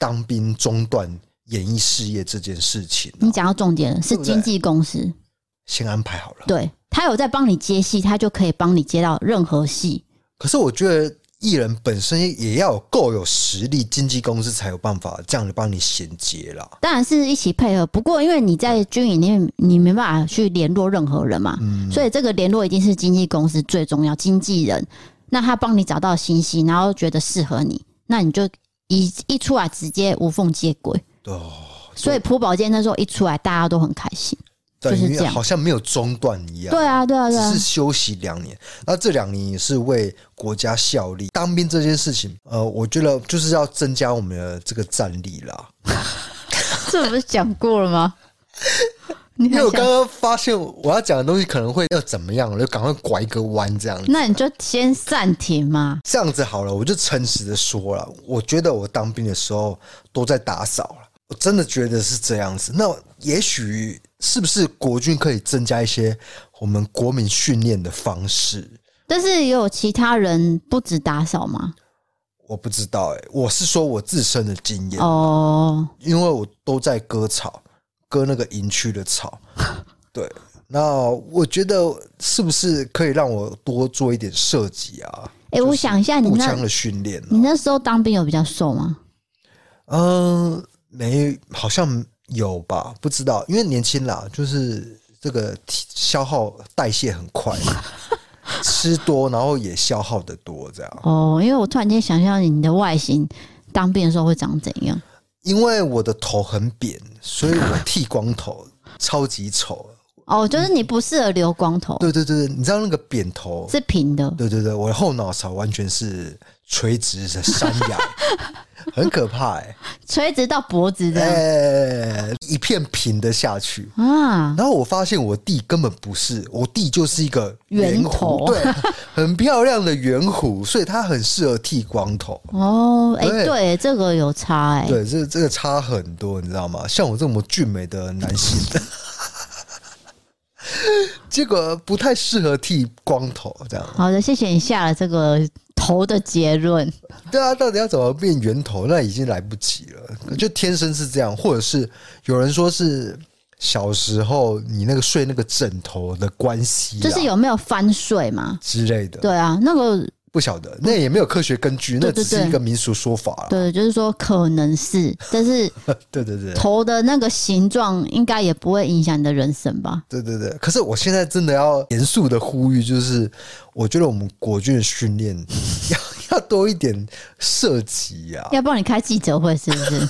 当兵中断演艺事业这件事情、啊。 你讲到重点了，是经纪公司先安排好了， 对，他有在帮你接戏，他就可以帮你接到任何戏。可是我觉得艺人本身也要够有实力，经纪公司才有办法这样子帮你衔接啦。 当然是一起配合，不过因为你在军营里面，你没办法去联络任何人嘛、嗯，所以这个联络一定是经纪公司最重要，经纪人。那他帮你找到新戏，然后觉得适合你，那你就一一出来直接无缝接轨。哦，所以朴宝剑那时候一出来，大家都很开心。就是这样， 好像没有中断一样。 对啊，对啊，对啊， 只是休息两年。那这两年也是为国家效力。当兵这件事情，呃，我觉得就是要增加我们的这个战力啦。 这不是讲过了吗？ 因为我刚刚发现我要讲的东西可能会要怎么样，我就赶快拐一个弯这样子。 那你就先暂停嘛。 这样子好了，我就诚实的说了，我觉得我当兵的时候都在打扫了，我真的觉得是这样子。那也许是不是国军可以增加一些我们国民训练的方式？ 但是也有其他人不止打扫吗？ 我不知道哎、欸，我是说我自身的经验哦，因为我都在割草，割那个营区的草。对，那我觉得是不是可以让我多做一点射击啊？ 哎、欸，我想一下你那， 步枪的训练、啊， 你那时候当兵有比较瘦吗？ 嗯、呃，没，好像有吧，不知道，因为年轻啦，就是这个消耗代谢很快。吃多，然后也消耗的多，这样哦。因为我突然间想象你的外形，当兵的时候会长怎样？ 因为我的头很扁，所以我剃光头，超级丑。 哦，就是你不适合留光头。 对对对，你知道那个扁头是平的。 对对对，我的后脑勺完全是垂直的山崖，很可怕哎、欸， 垂直到脖子这样，哎、 欸，一片平的下去啊。然后我发现我弟根本不是，我弟就是一个圆弧，对，很漂亮的圆弧，所以他很适合剃光头。 哦，哎、欸，对，这个有差哎、欸， 对，这这个差很多，你知道吗？像我这么俊美的男性的。结果不太适合剃光头，这样。 好的，谢谢你下了这个头的结论。 对啊，到底要怎么变圆头，那已经来不及了，就天生是这样，或者是有人说是小时候你那个睡那个枕头的关系， 就是有没有翻睡嘛之类的。 对啊，那个。 不晓得，那也没有科学根据，那只是一个民俗说法啦。 对，就是说可能是，但是对对对， 头的那个形状应该也不会影响你的人生吧？ 对对对。可是我现在真的要严肃的呼吁，就是我觉得我们国军的训练要要多一点射击啊！ 要帮你开记者会是不是？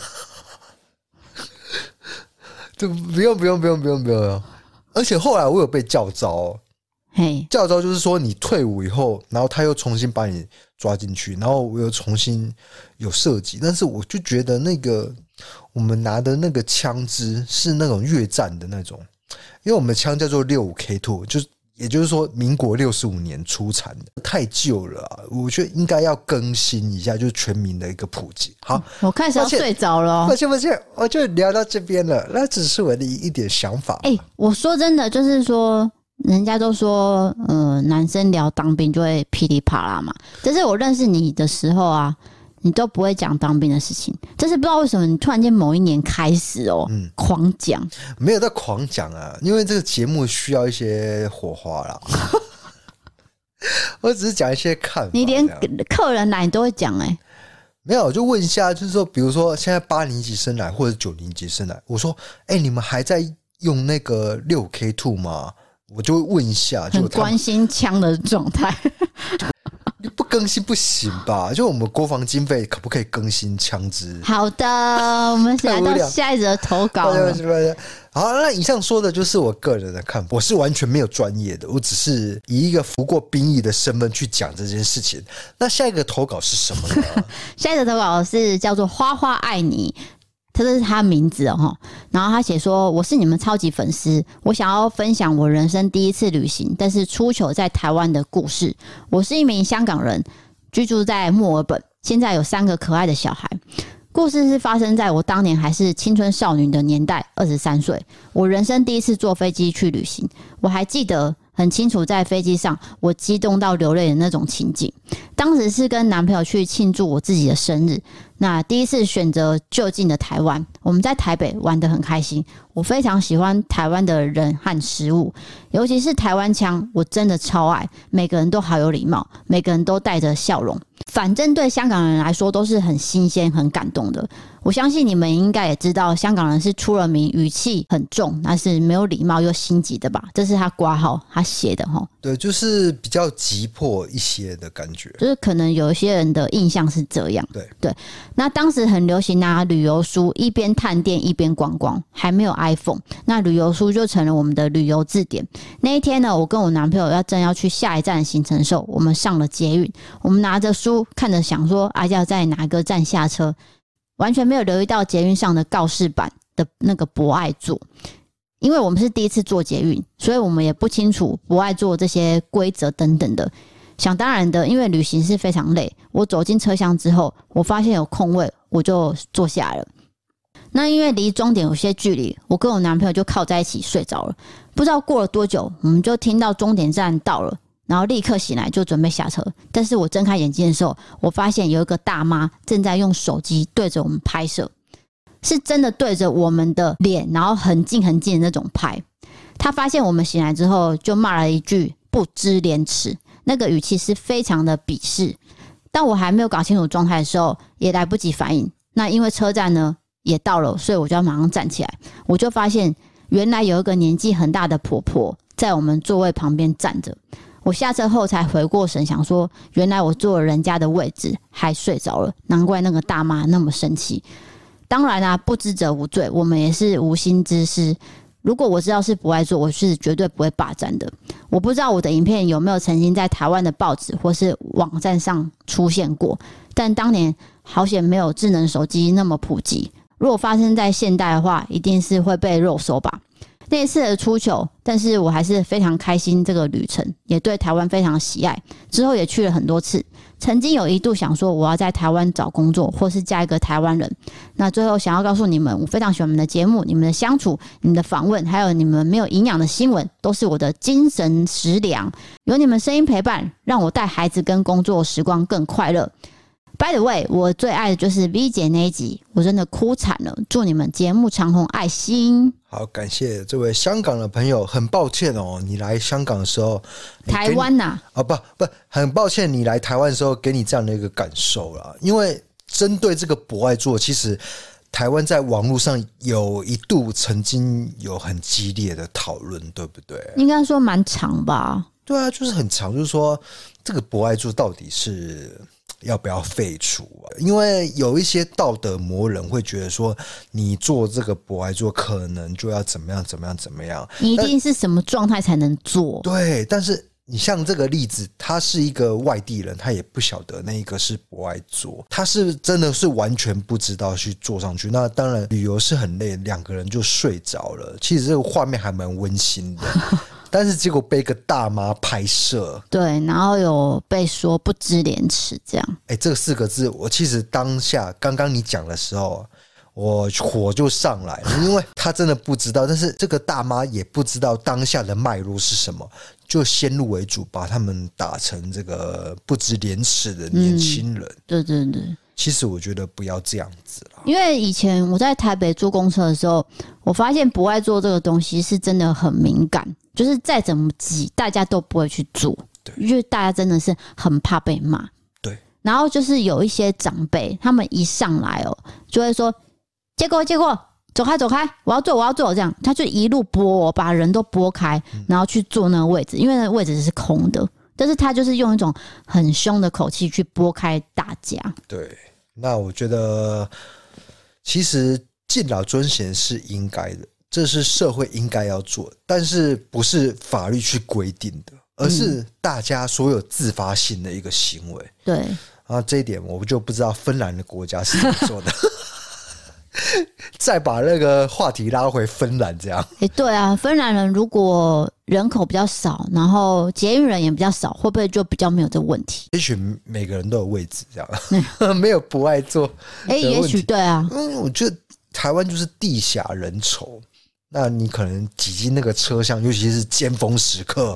就不用不用不用不用不用。而且后来我有被叫召。 Hey. 教招就是说你退伍以后，然后他又重新把你抓进去，然后我又重新有射击，但是我就觉得那个我们拿的那个枪支是那种越战的那种，因为我们的枪叫做 六五 K 二， 就是也就是说民国六十五年出产的，太旧了、啊，我觉得应该要更新一下，就是全民的一个普及。好， 我开始要睡着了， 抱歉抱歉，我就聊到这边了，那只是我的一点想法。 哎、欸，我说真的，就是说。人家都说，呃，男生聊当兵就会噼里啪啦嘛。但是我认识你的时候啊，你都不会讲当兵的事情。但是不知道为什么，你突然间某一年开始哦，嗯、狂讲。 没有在狂讲啊，因为这个节目需要一些火花啦。我只是讲一些看法。 你连客人来你都会讲哎、欸？ 没有，我就问一下，就是说，比如说现在八年级生来或者九年级生来，我说，哎、欸，你们还在用那个六 K 二 吗？我就会问一下，就很关心枪的状态。 你不更新不行吧？就我们国防经费可不可以更新枪支？ 好的，我们来到下一则投稿了。 好，那以上说的就是我个人的看法，我是完全没有专业的，我只是以一个服过兵役的身份去讲这件事情。那下一个投稿是什么呢？ 下一个投稿是叫做花花爱你。这是他的名字哦，然后他写说：“我是你们超级粉丝，我想要分享我人生第一次旅行，但是出糗在台湾的故事。我是一名香港人，居住在墨尔本，现在有三个可爱的小孩。故事是发生在我当年还是青春少女的年代，二十三岁，我人生第一次坐飞机去旅行。我还记得很清楚在飞机上我激动到流泪的那种情景。当时是跟男朋友去庆祝我自己的生日，那第一次选择就近的台湾，我们在台北玩得很开心。我非常喜欢台湾的人和食物，尤其是台湾腔，我真的超爱。每个人都好有礼貌，每个人都带着笑容，反正对香港人来说都是很新鲜很感动的。我相信你们应该也知道，香港人是出了名语气很重，但是没有礼貌又心急的吧，这是他挂号他写的齁。 对，就是比较急迫一些的感觉， 就是可能有一些人的印象是这样。 对对，那当时很流行拿旅游书一边探店一边观光，还没有 iPhone， 那旅游书就成了我们的旅游字典。那一天呢，我跟我男朋友要正要去下一站的行程的时候，我们上了捷运，我们拿着书看着想说啊要在哪个站下车，完全没有留意到捷运上的告示板的那个博爱座。因为我们是第一次坐捷运，所以我们也不清楚博爱座这些规则等等的。想当然的，因为旅行是非常累，我走进车厢之后，我发现有空位，我就坐下来了。那因为离终点有些距离，我跟我男朋友就靠在一起睡着了。不知道过了多久，我们就听到终点站到了，然后立刻醒来就准备下车。但是我睁开眼睛的时候，我发现有一个大妈正在用手机对着我们拍摄，是真的对着我们的脸，然后很近很近的那种拍。她发现我们醒来之后，就骂了一句不知廉耻，那个语气是非常的鄙视。但我还没有搞清楚状态的时候，也来不及反应。那因为车站呢也到了，所以我就要马上站起来。我就发现原来有一个年纪很大的婆婆在我们座位旁边站着。我下车后才回过神，想说原来我坐了人家的位置还睡着了，难怪那个大妈那么生气。当然啊，不知者无罪，我们也是无心之失。如果我知道是不爱做，我是绝对不会霸占的。我不知道我的影片有没有曾经在台湾的报纸或是网站上出现过，但当年好险没有智能手机那么普及。如果发生在现代的话，一定是会被肉搜吧。那一次的出糗，但是我还是非常开心这个旅程，也对台湾非常喜爱。之后也去了很多次，曾经有一度想说我要在台湾找工作，或是嫁一个台湾人。那最后想要告诉你们，我非常喜欢你们的节目，你们的相处，你们的访问，还有你们没有营养的新闻，都是我的精神食粮。有你们声音陪伴，让我带孩子跟工作时光更快乐。By the way， 我最爱的就是 V 姐那一集，我真的哭惨了。祝你们节目长红，爱心。 好，感谢这位香港的朋友。很抱歉哦，你来香港的时候， 台湾呐、啊， 哦不不，很抱歉你来台湾的时候给你这样的一个感受啦。因为针对这个博爱座，其实台湾在网络上有一度曾经有很激烈的讨论，对不对？ 应该说蛮长吧。 对啊，就是很长，就是说这个博爱座到底是要不要废除啊？因为有一些道德魔人会觉得说，你做这个博爱座可能就要怎么样怎么样怎么样， 你一定是什么状态才能做？ 对，但是你像这个例子，他是一个外地人，他也不晓得那一个是博爱座，他是真的是完全不知道去坐上去。那当然旅游是很累，两个人就睡着了。其实这个画面还蛮温馨的。但是结果被一个大妈拍摄， 对，然后有被说不知廉耻这样。 哎、欸，这四个字，我其实当下刚刚你讲的时候，我火就上来了，因为他真的不知道，但是这个大妈也不知道当下的脉络是什么，就先入为主，把他们打成这个不知廉耻的年轻人。嗯、 对对对。 其实我觉得不要这样子啦， 因为以前我在台北坐公车的时候，我发现不爱坐这个东西是真的很敏感，就是再怎么挤，大家都不会去做，因为大家真的是很怕被骂。 对， 然后就是有一些长辈，他们一上来哦，就会说：“结果结果，走开走开，我要坐我要坐。”这样，他就一路拨，把人都拨开，然后去坐那个位置，因为那个位置是空的。但是他就是用一种很凶的口气去拨开大家。 对，那我觉得其实敬老尊贤是应该的，这是社会应该要做的，但是不是法律去规定的，而是大家所有自发性的一个行为。 嗯、对啊，这一点我就不知道芬兰的国家是怎么做的。再把那个话题拉回芬兰，这样。 欸、对啊，芬兰人如果人口比较少，然后捷运人也比较少，会不会就比较没有这个问题？ 也许每个人都有位置，这样没有不爱坐。 哎、欸，也许对啊。 嗯，我觉得台湾就是地狭人稠，那你可能挤进那个车厢，尤其是尖峰时刻，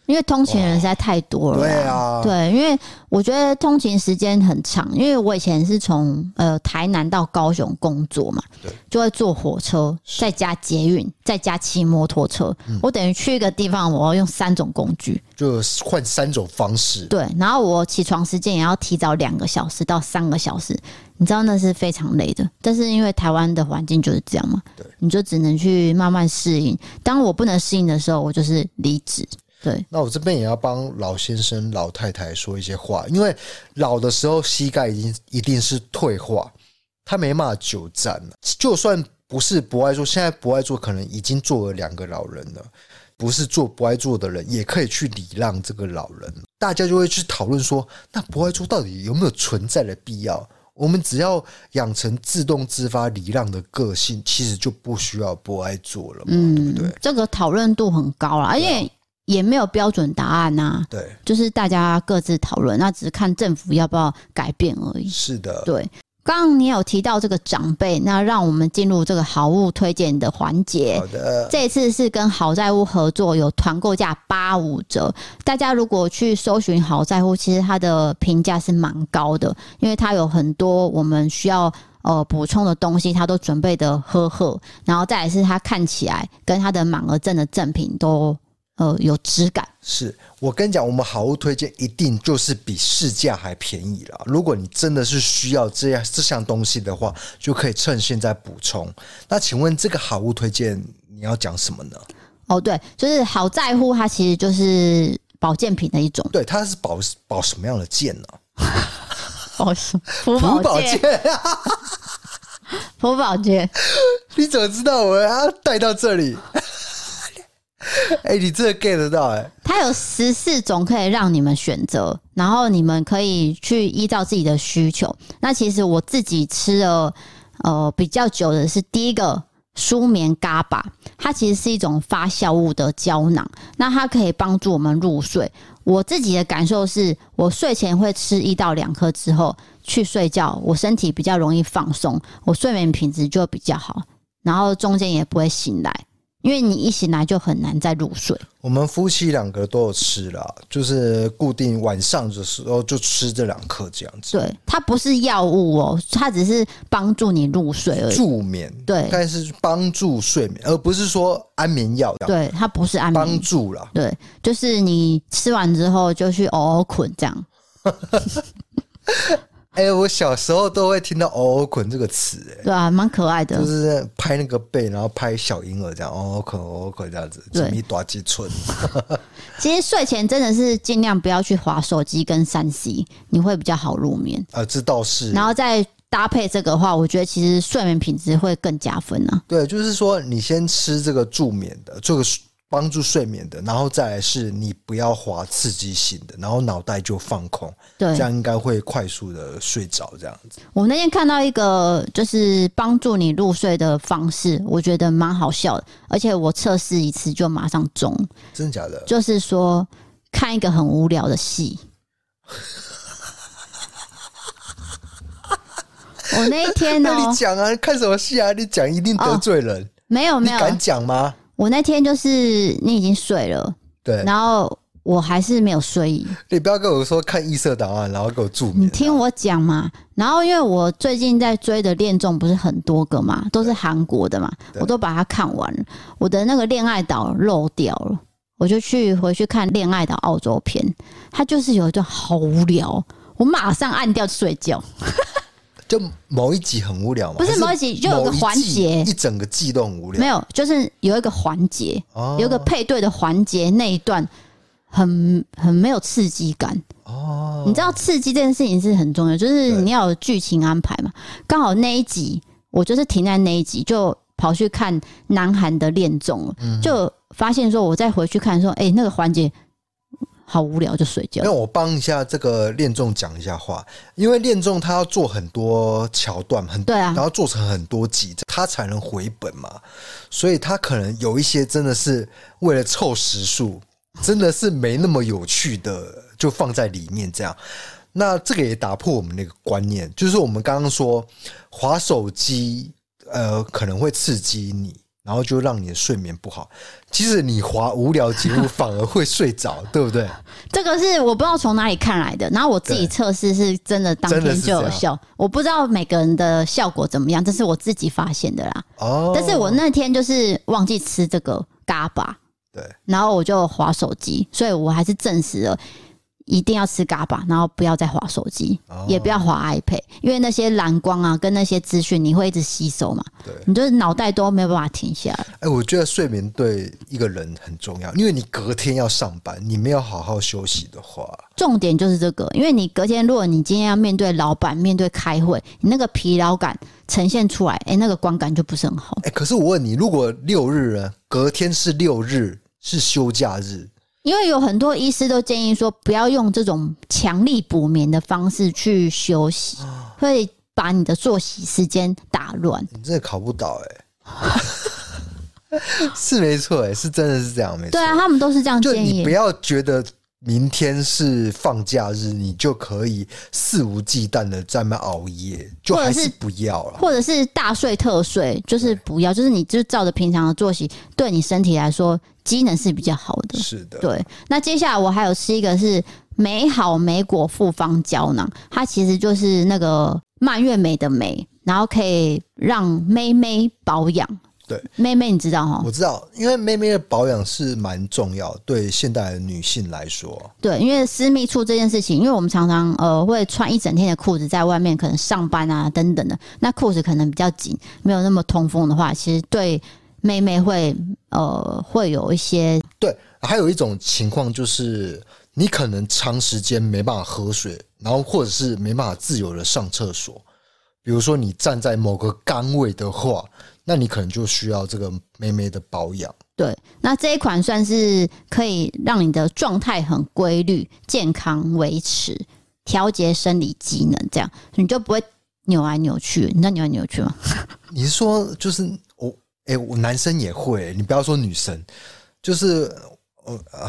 因为通勤人实在太多了。 对啊， 对，因为我觉得通勤时间很长，因为我以前是从呃台南到高雄工作嘛，就会坐火车，再加捷运，再加骑摩托车、嗯，我等于去一个地方，我要用三种工具， 就换三种方式。 对，然后我起床时间也要提早两个小时到三个小时，你知道那是非常累的。但是因为台湾的环境就是这样嘛，对，你就只能去慢慢适应。当我不能适应的时候，我就是离职。对， 那我这边也要帮老先生、老太太说一些话，因为老的时候膝盖一定一定是退化，他没办法久站了。就算不是不爱坐，现在不爱坐可能已经坐了两个老人了，不是坐不爱坐的人也可以去礼让这个老人。大家就会去讨论说，那不爱坐到底有没有存在的必要？我们只要养成自动自发礼让的个性，其实就不需要不爱坐了嘛，嗯、对不对？ 这个讨论度很高啦，而且也没有标准答案啊。 对， 就是大家各自讨论，那只是看政府要不要改变而已。 是的， 对。刚刚你有提到这个长辈，那让我们进入这个好物推荐的环节。 好的， 这一次是跟好在屋合作，有团购价八五折。大家如果去搜寻好在屋，其实它的评价是蛮高的，因为它有很多我们需要呃补充的东西，它都准备的呵呵。然后再来是它看起来跟它的满额赠的赠品都呃有质感。 是我跟你讲，我们好物推荐一定就是比市价还便宜啦。如果你真的是需要这样这项东西的话，就可以趁现在补充。那请问这个好物推荐你要讲什么呢？ 哦，对，就是好在乎它其实就是保健品的一种。 对，它是保保什么样的健呢？ 保什福保健福保健， 你怎么知道我要带到这里？哎、欸，你真的 get 得到哎、欸！ 它有十四种可以让你们选择，然后你们可以去依照自己的需求。那其实我自己吃了呃比较久的是第一个舒眠嘎巴，它其实是一种发酵物的胶囊，那它可以帮助我们入睡。我自己的感受是，我睡前会吃一到两颗之后去睡觉，我身体比较容易放松，我睡眠品质就比较好，然后中间也不会醒来。因为你一醒来就很难再入睡。 我们夫妻两个都有吃啦，就是固定晚上的时候就吃这两颗这样子。 对，它不是药物哦，它只是帮助你入睡而已。 助眠， 对， 但是帮助睡眠，而不是说安眠药。 对，它不是安眠， 帮助啦。 对，就是你吃完之后就去嗷嗷捆这样。 哎、欸，我小时候都会听到“嗷嗷捆”这个词，哎， 对啊，蛮可爱的， 就是拍那个背，然后拍小婴儿这样“嗷嗷捆”“嗷嗷捆”这样子，这么一大几寸。 其实睡前真的是尽量不要去滑手机跟三 C， 你会比较好入眠。 啊，这倒是。 然后再搭配这个的话，我觉得其实睡眠品质会更加分啊。 对，就是说你先吃这个助眠的，这个帮助睡眠的，然后再来是你不要滑刺激性的，然后脑袋就放空，对，这样应该会快速的睡着这样子。 我那天看到一个就是帮助你入睡的方式，我觉得蛮好笑的，而且我测试一次就马上中。 真的假的？ 就是说看一个很无聊的戏。我那一天呢、喔， 那你讲啊，看什么戏啊？你讲一定得罪人。哦、 没有没有， 你敢讲吗？ 我那天就是你已经睡了， 对， 然后我还是没有睡意。 你不要跟我说看异色档案，然后给我助眠、啊。 你听我讲嘛。然后因为我最近在追的恋综不是很多个嘛，都是韩国的嘛，我都把它看完了。我的那个恋爱岛漏掉了，我就去回去看恋爱岛澳洲片，它就是有一段好无聊，我马上按掉睡觉。 就某一集很无聊吗？ 不是某一集，就有个环节， 一整个季都很无聊。 没有，就是有一个环节、哦，有一个配对的环节，那一段很很没有刺激感。哦，你知道刺激这件事情是很重要，就是你要有剧情安排嘛。刚好那一集，我就是停在那一集，就跑去看南韩的恋综了、嗯，就发现说，我再回去看说，哎、欸，那个环节。好无聊就睡觉。 那我帮一下这个恋综讲一下话，因为恋综它要做很多桥段，很对啊， 然后做成很多集，它才能回本嘛。所以它可能有一些真的是为了凑时数，真的是没那么有趣的，就放在里面这样。那这个也打破我们那个观念，就是我们刚刚说滑手机，呃，可能会刺激你。 然后就让你的睡眠不好。其实你滑无聊节目反而会睡着，对不对？ 这个是我不知道从哪里看来的，然后我自己测试是真的当天就有效，我不知道每个人的效果怎么样，这是我自己发现的啦。哦，但是我那天就是忘记吃这个嘎巴， 对， 然后我就滑手机，所以我还是证实了。一定要吃嘎巴，然后不要再滑手机，哦、也不要滑 iPad， 因为那些蓝光啊，跟那些资讯你会一直吸收嘛，对，你就是脑袋都没有办法停下来。 哎、欸，我觉得睡眠对一个人很重要，因为你隔天要上班，你没有好好休息的话， 重点就是这个，因为你隔天如果你今天要面对老板、面对开会，你那个疲劳感呈现出来，哎、欸，那个观感就不是很好。 哎、欸，可是我问你，如果六日呢，隔天是六日，是休假日。 因为有很多医师都建议说，不要用这种强力补眠的方式去休息，会把你的作息时间打乱。 你真的考不倒哎、欸，是没错哎、欸，是真的是这样没错。 对啊，他们都是这样建议。 就你不要觉得明天是放假日，你就可以肆无忌惮的在那熬夜，就还是不要了。 或者是大睡特睡，就是不要，就是你就照着平常的作息，对你身体来说机能是比较好的。 是的， 对。那接下来我还有吃一个是美好莓果复方胶囊，它其实就是那个蔓越莓的莓，然后可以让妹妹保养。 对， 妹妹你知道齁？ 我知道，因为妹妹的保养是蛮重要，对现代的女性来说。 对，因为私密处这件事情，因为我们常常呃会穿一整天的裤子在外面，可能上班啊等等的，那裤子可能比较紧，没有那么通风的话，其实对妹妹会呃会有一些。 对，还有一种情况就是你可能长时间没办法喝水，然后或者是没办法自由的上厕所。比如说你站在某个岗位的话，那你可能就需要这个妹妹的保养。 对，那这一款算是可以让你的状态很规律、健康维持、调节生理机能，这样你就不会扭来扭去。你知道扭来扭去吗？ 你是说就是我？哎、欸，我男生也会、欸，你不要说女生，就是我啊。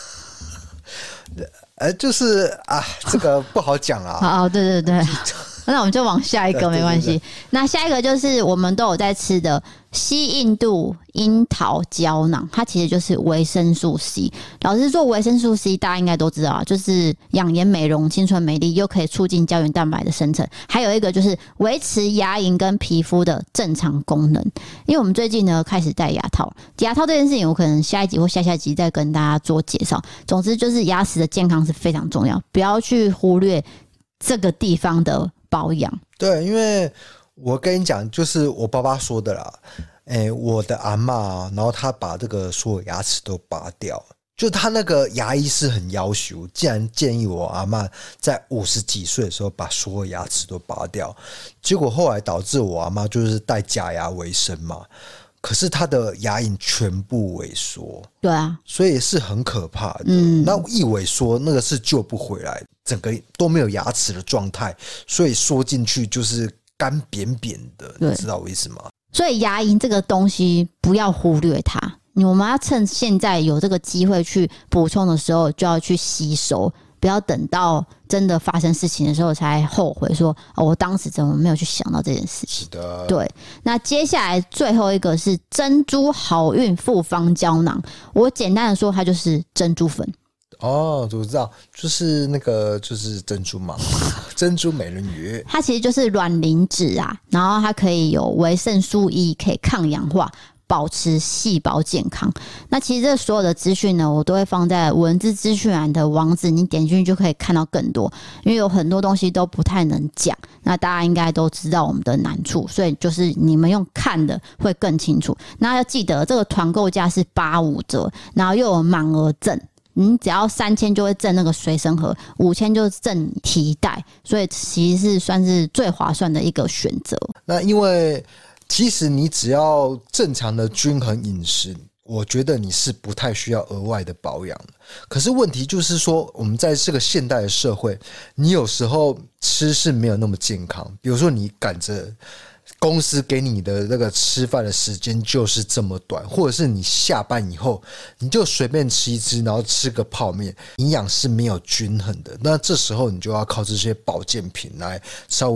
呃，就是啊，这个不好讲啊。 哦，对对对，那我们就往下一个，没关系。 对对对， 那下一个就是我们都有在吃的西印度樱桃胶囊，它其实就是维生素 C。老实说，维生素 C 大家应该都知道啊，就是养颜美容、青春美丽，又可以促进胶原蛋白的生成。还有一个就是维持牙龈跟皮肤的正常功能。因为我们最近呢开始戴牙套，牙套这件事情我可能下一集或下下集再跟大家做介绍。总之就是牙齿的健康是非常重要，不要去忽略这个地方的保养。 对，因为我跟你讲，就是我爸爸说的啦。欸、我的阿嬷，然后他把这个所有牙齿都拔掉，就他那个牙医是很要求，竟然建议我阿嬷在五十几岁的时候把所有牙齿都拔掉，结果后来导致我阿嬷就是戴假牙为生嘛。可是他的牙龈全部萎缩， 对啊， 所以是很可怕的。嗯，那一萎缩，那个是救不回来，整个都没有牙齿的状态，所以缩进去就是干扁扁的，你知道我意思吗？ 所以牙龈这个东西不要忽略它，我们要趁现在有这个机会去补充的时候就要去吸收，不要等到真的发生事情的时候才后悔说，哦，我当时怎么没有去想到这件事情。 是的， 对。那接下来最后一个是珍珠好运复方胶囊，我简单的说它就是珍珠粉。 哦，我知道，就是那个就是珍珠嘛，珍珠美人鱼， 它其实就是卵磷脂啊，然后它可以有维生素 E， 可以抗氧化，保持细胞健康。那其实这所有的资讯呢，我都会放在文字资讯栏的网址，你点进去就可以看到更多。因为有很多东西都不太能讲，那大家应该都知道我们的难处，所以就是你们用看的会更清楚。那要记得这个团购价是八五折，然后又有满额赠。你只要三千就会赠那个随身盒，五千就赠提袋，所以其实是算是最划算的一个选择。 那因为其实你只要正常的均衡饮食，我觉得你是不太需要额外的保养的。可是问题就是说，我们在这个现代的社会，你有时候吃是没有那么健康。比如说你赶着公司给你的那个吃饭的时间就是这么短，或者是你下班以后你就随便吃一吃，然后吃个泡面，营养是没有均衡的。那这时候你就要靠这些保健品来稍微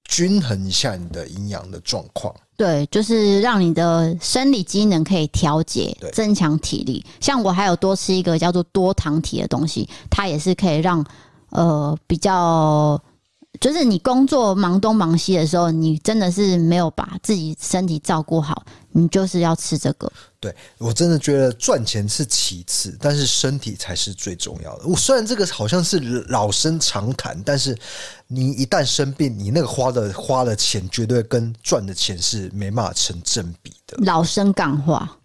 均衡一下你的营养的状况。 对，就是让你的生理机能可以调节，增强体力。像我还有多吃一个叫做多糖体的东西，它也是可以让呃比较，就是你工作忙东忙西的时候，你真的是没有把自己身体照顾好，你就是要吃这个。 对，我真的觉得赚钱是其次，但是身体才是最重要的。我虽然这个好像是老生常谈，但是你一旦生病，你那个花的花的钱绝对跟赚的钱是没办法成正比的。 老生干话，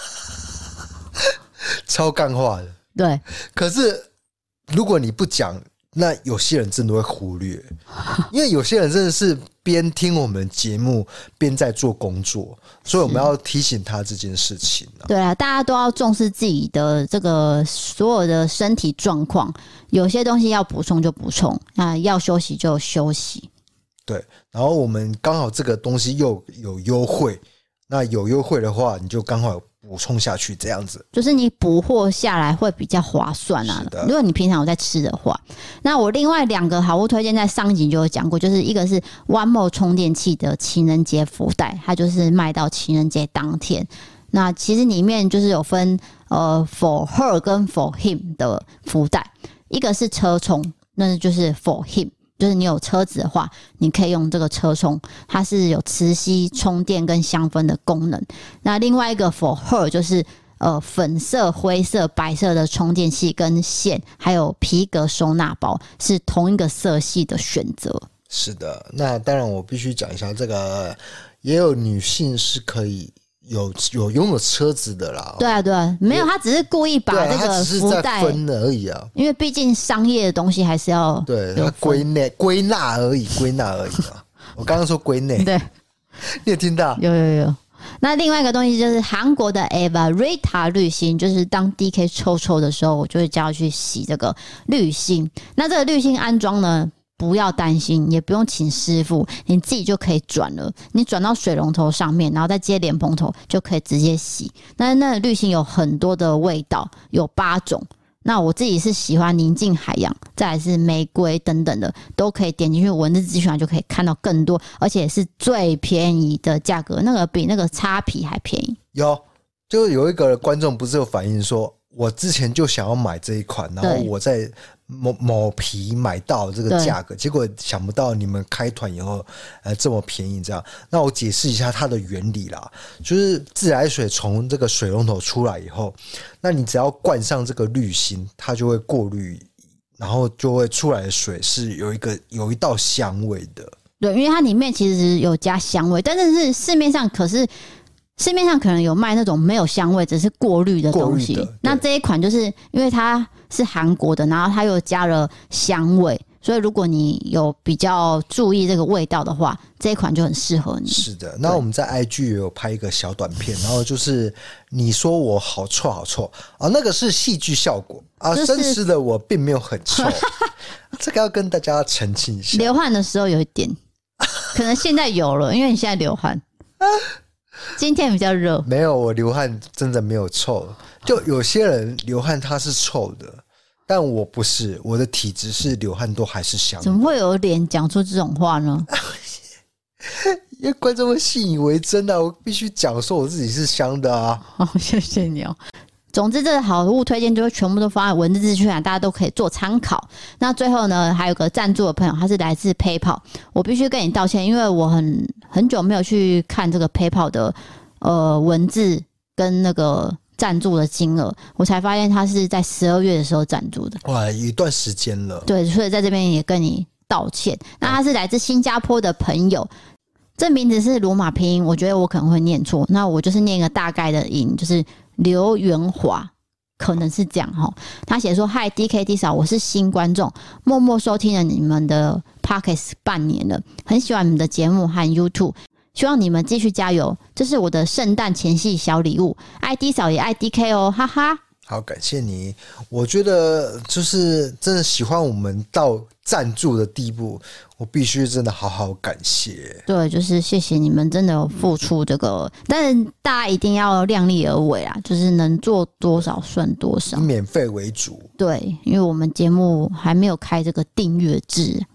超干话的。 对， 可是如果你不讲，那有些人真的会忽略，因为有些人真的是边听我们节目边在做工作，所以我们要提醒他这件事情、啊、 对啊，大家都要重视自己的这个所有的身体状况，有些东西要补充就补充，那要休息就休息。 对，然后我们刚好这个东西又有优惠，那有优惠的话，你就刚好有补充下去，这样子就是你补货下来会比较划算啊。如果你平常有在吃的话，那我另外两个好物推荐在上一集就有讲过，就是一个是 One More 充电器的情人节福袋，它就是卖到情人节当天。那其实里面就是有分呃 for her 跟 for him 的福袋，一个是车充，那就是 for him。就是你有车子的话，你可以用这个车充，它是有磁吸、充电跟香氛的功能。那另外一个 for her 就是呃粉色、灰色、白色的充电器跟线，还有皮革收纳包，是同一个色系的选择。 是的，那当然我必须讲一下，这个也有女性是可以有有拥有车子的啦。 对啊对啊，没有，他只是故意把这个福袋分而已啊， 因为毕竟商业的东西还是要对它归纳归纳而已，归纳而已啊。我刚刚说归内， 对， 你有听到？ 有有有。那另外一个东西就是韩国的 Evarita 滤芯，就是当 D K 抽抽的时候，我就会叫他去洗这个滤芯。那这个滤芯安装呢，不要担心，也不用请师傅，你自己就可以转了。你转到水龙头上面，然后再接莲蓬头，就可以直接洗。那那滤芯有很多的味道，有八种。那我自己是喜欢宁静海洋，再来是玫瑰等等的，都可以点进去文字资讯就可以看到更多，而且是最便宜的价格，那个比那个擦皮还便宜。 有，就有一个观众不是有反映说，我之前就想要买这一款，然后我在某某皮买到这个价格，结果想不到你们开团以后呃这么便宜这样。那我解释一下它的原理啦，就是自来水从这个水龙头出来以后，那你只要灌上这个滤芯，它就会过滤，然后就会出来的水是有一个有一道香味的。 对，因为它里面其实有加香味，但是是市面上可是市面上可能有卖那种没有香味，只是过滤的东西。那这一款就是因为它是韩国的，然后它又加了香味，所以如果你有比较注意这个味道的话，这一款就很适合你。 是的，那我们在 I G 也有拍一个小短片，然后就是你说我好臭好臭啊，那个是戏剧效果啊，就是、真实的我并没有很臭，这个要跟大家澄清一下。 流汗的时候有一点，可能现在有了，因为你现在流汗。今天比较热， 没有，我流汗真的没有臭。就有些人流汗他是臭的，但我不是，我的体质是流汗都还是香的。 怎么会有脸讲出这种话呢？ 因为观众会信以为真啊，我必须讲说我自己是香的啊。 好，谢谢你哦。总之，这个好物推荐就会全部都放在文字资讯栏，大家都可以做参考。那最后呢，还有个赞助的朋友，他是来自 PayPal， 我必须跟你道歉，因为我很很久没有去看这个 PayPal 的呃文字跟那个赞助的金额，我才发现他是在十二月的时候赞助的。 哇，一段时间了。 对，所以在这边也跟你道歉。那他是来自新加坡的朋友。这名字是罗马拼音，我觉得我可能会念错，那我就是念一个大概的音，就是刘元华，可能是这样齁。他写说：“嗨 ，D K D 嫂，我是新观众，默默收听了你们的 Podcast 半年了，很喜欢你们的节目和 YouTube， 希望你们继续加油。这是我的圣诞前夕小礼物，爱 D 嫂也爱 D K 哦，哈哈。” 好，感谢你。我觉得就是真的喜欢我们到赞助的地步，我必须真的好好感谢。 对，就是谢谢你们真的有付出这个，但是大家一定要量力而为啦，就是能做多少算多少， 以免费为主。 对，因为我们节目还没有开这个订阅制。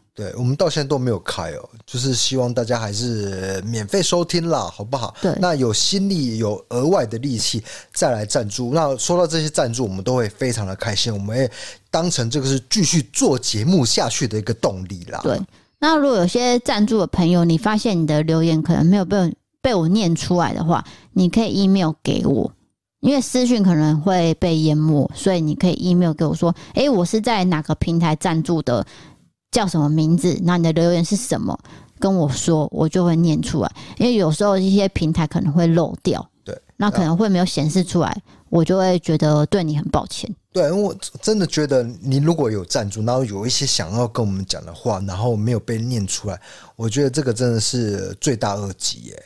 对，我们到现在都没有开哦，就是希望大家还是免费收听啦，好不好？ 对， 那有心力有额外的力气再来赞助，那说到这些赞助，我们都会非常的开心，我们会当成这个是继续做节目下去的一个动力啦。 对，那如果有些赞助的朋友，你发现你的留言可能没有被被我念出来的话，你可以 email 给我。因为私讯可能会被淹没，所以你可以 email 给我说，诶，我是在哪个平台赞助的，叫什么名字，那你的留言是什么，跟我说，我就会念出来。因为有时候一些平台可能会漏掉， 对， 那可能会没有显示出来，我就会觉得对你很抱歉。 对，因为我真的觉得你如果有赞助，然后有一些想要跟我们讲的话，然后没有被念出来，我觉得这个真的是罪大恶极耶。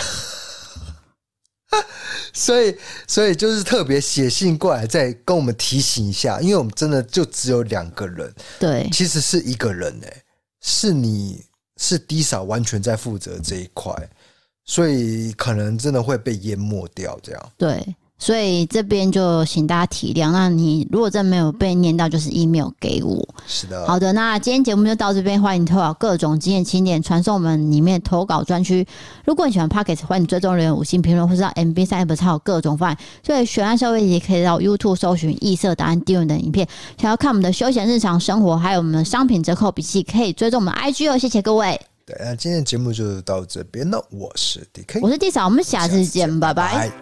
所以，所以就是特别写信过来，再跟我们提醒一下，因为我们真的就只有两个人， 对， 其实是一个人哎，是你是 D 嫂完全在负责这一块，所以可能真的会被淹没掉，这样。 对。所以这边就请大家体谅，那你如果真没有被念到，就是 email 给我。 是的。 好的，那今天节目就到这边，欢迎投稿各种经验清点，传送我们里面投稿专区。如果你喜欢 Podcast， 欢迎追踪留言五星评论，或是到 M B 三 App 查有各种方案。所以选案消费题可以到 YouTube 搜寻异色答案低文等影片。想要看我们的休闲日常生活，还有我们的商品折扣笔记，可以追踪我们的 I G 哦。谢谢各位。 对，那今天的节目就到这边了。我是 D K， 我是 D 嫂，我们下次见，拜拜。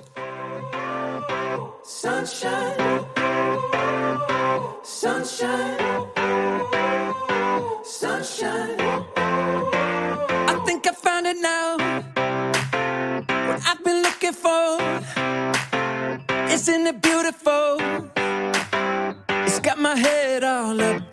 Sunshine, sunshine, sunshine. I think I found it now. What I've been looking for. Isn't it beautiful? It's got my head all up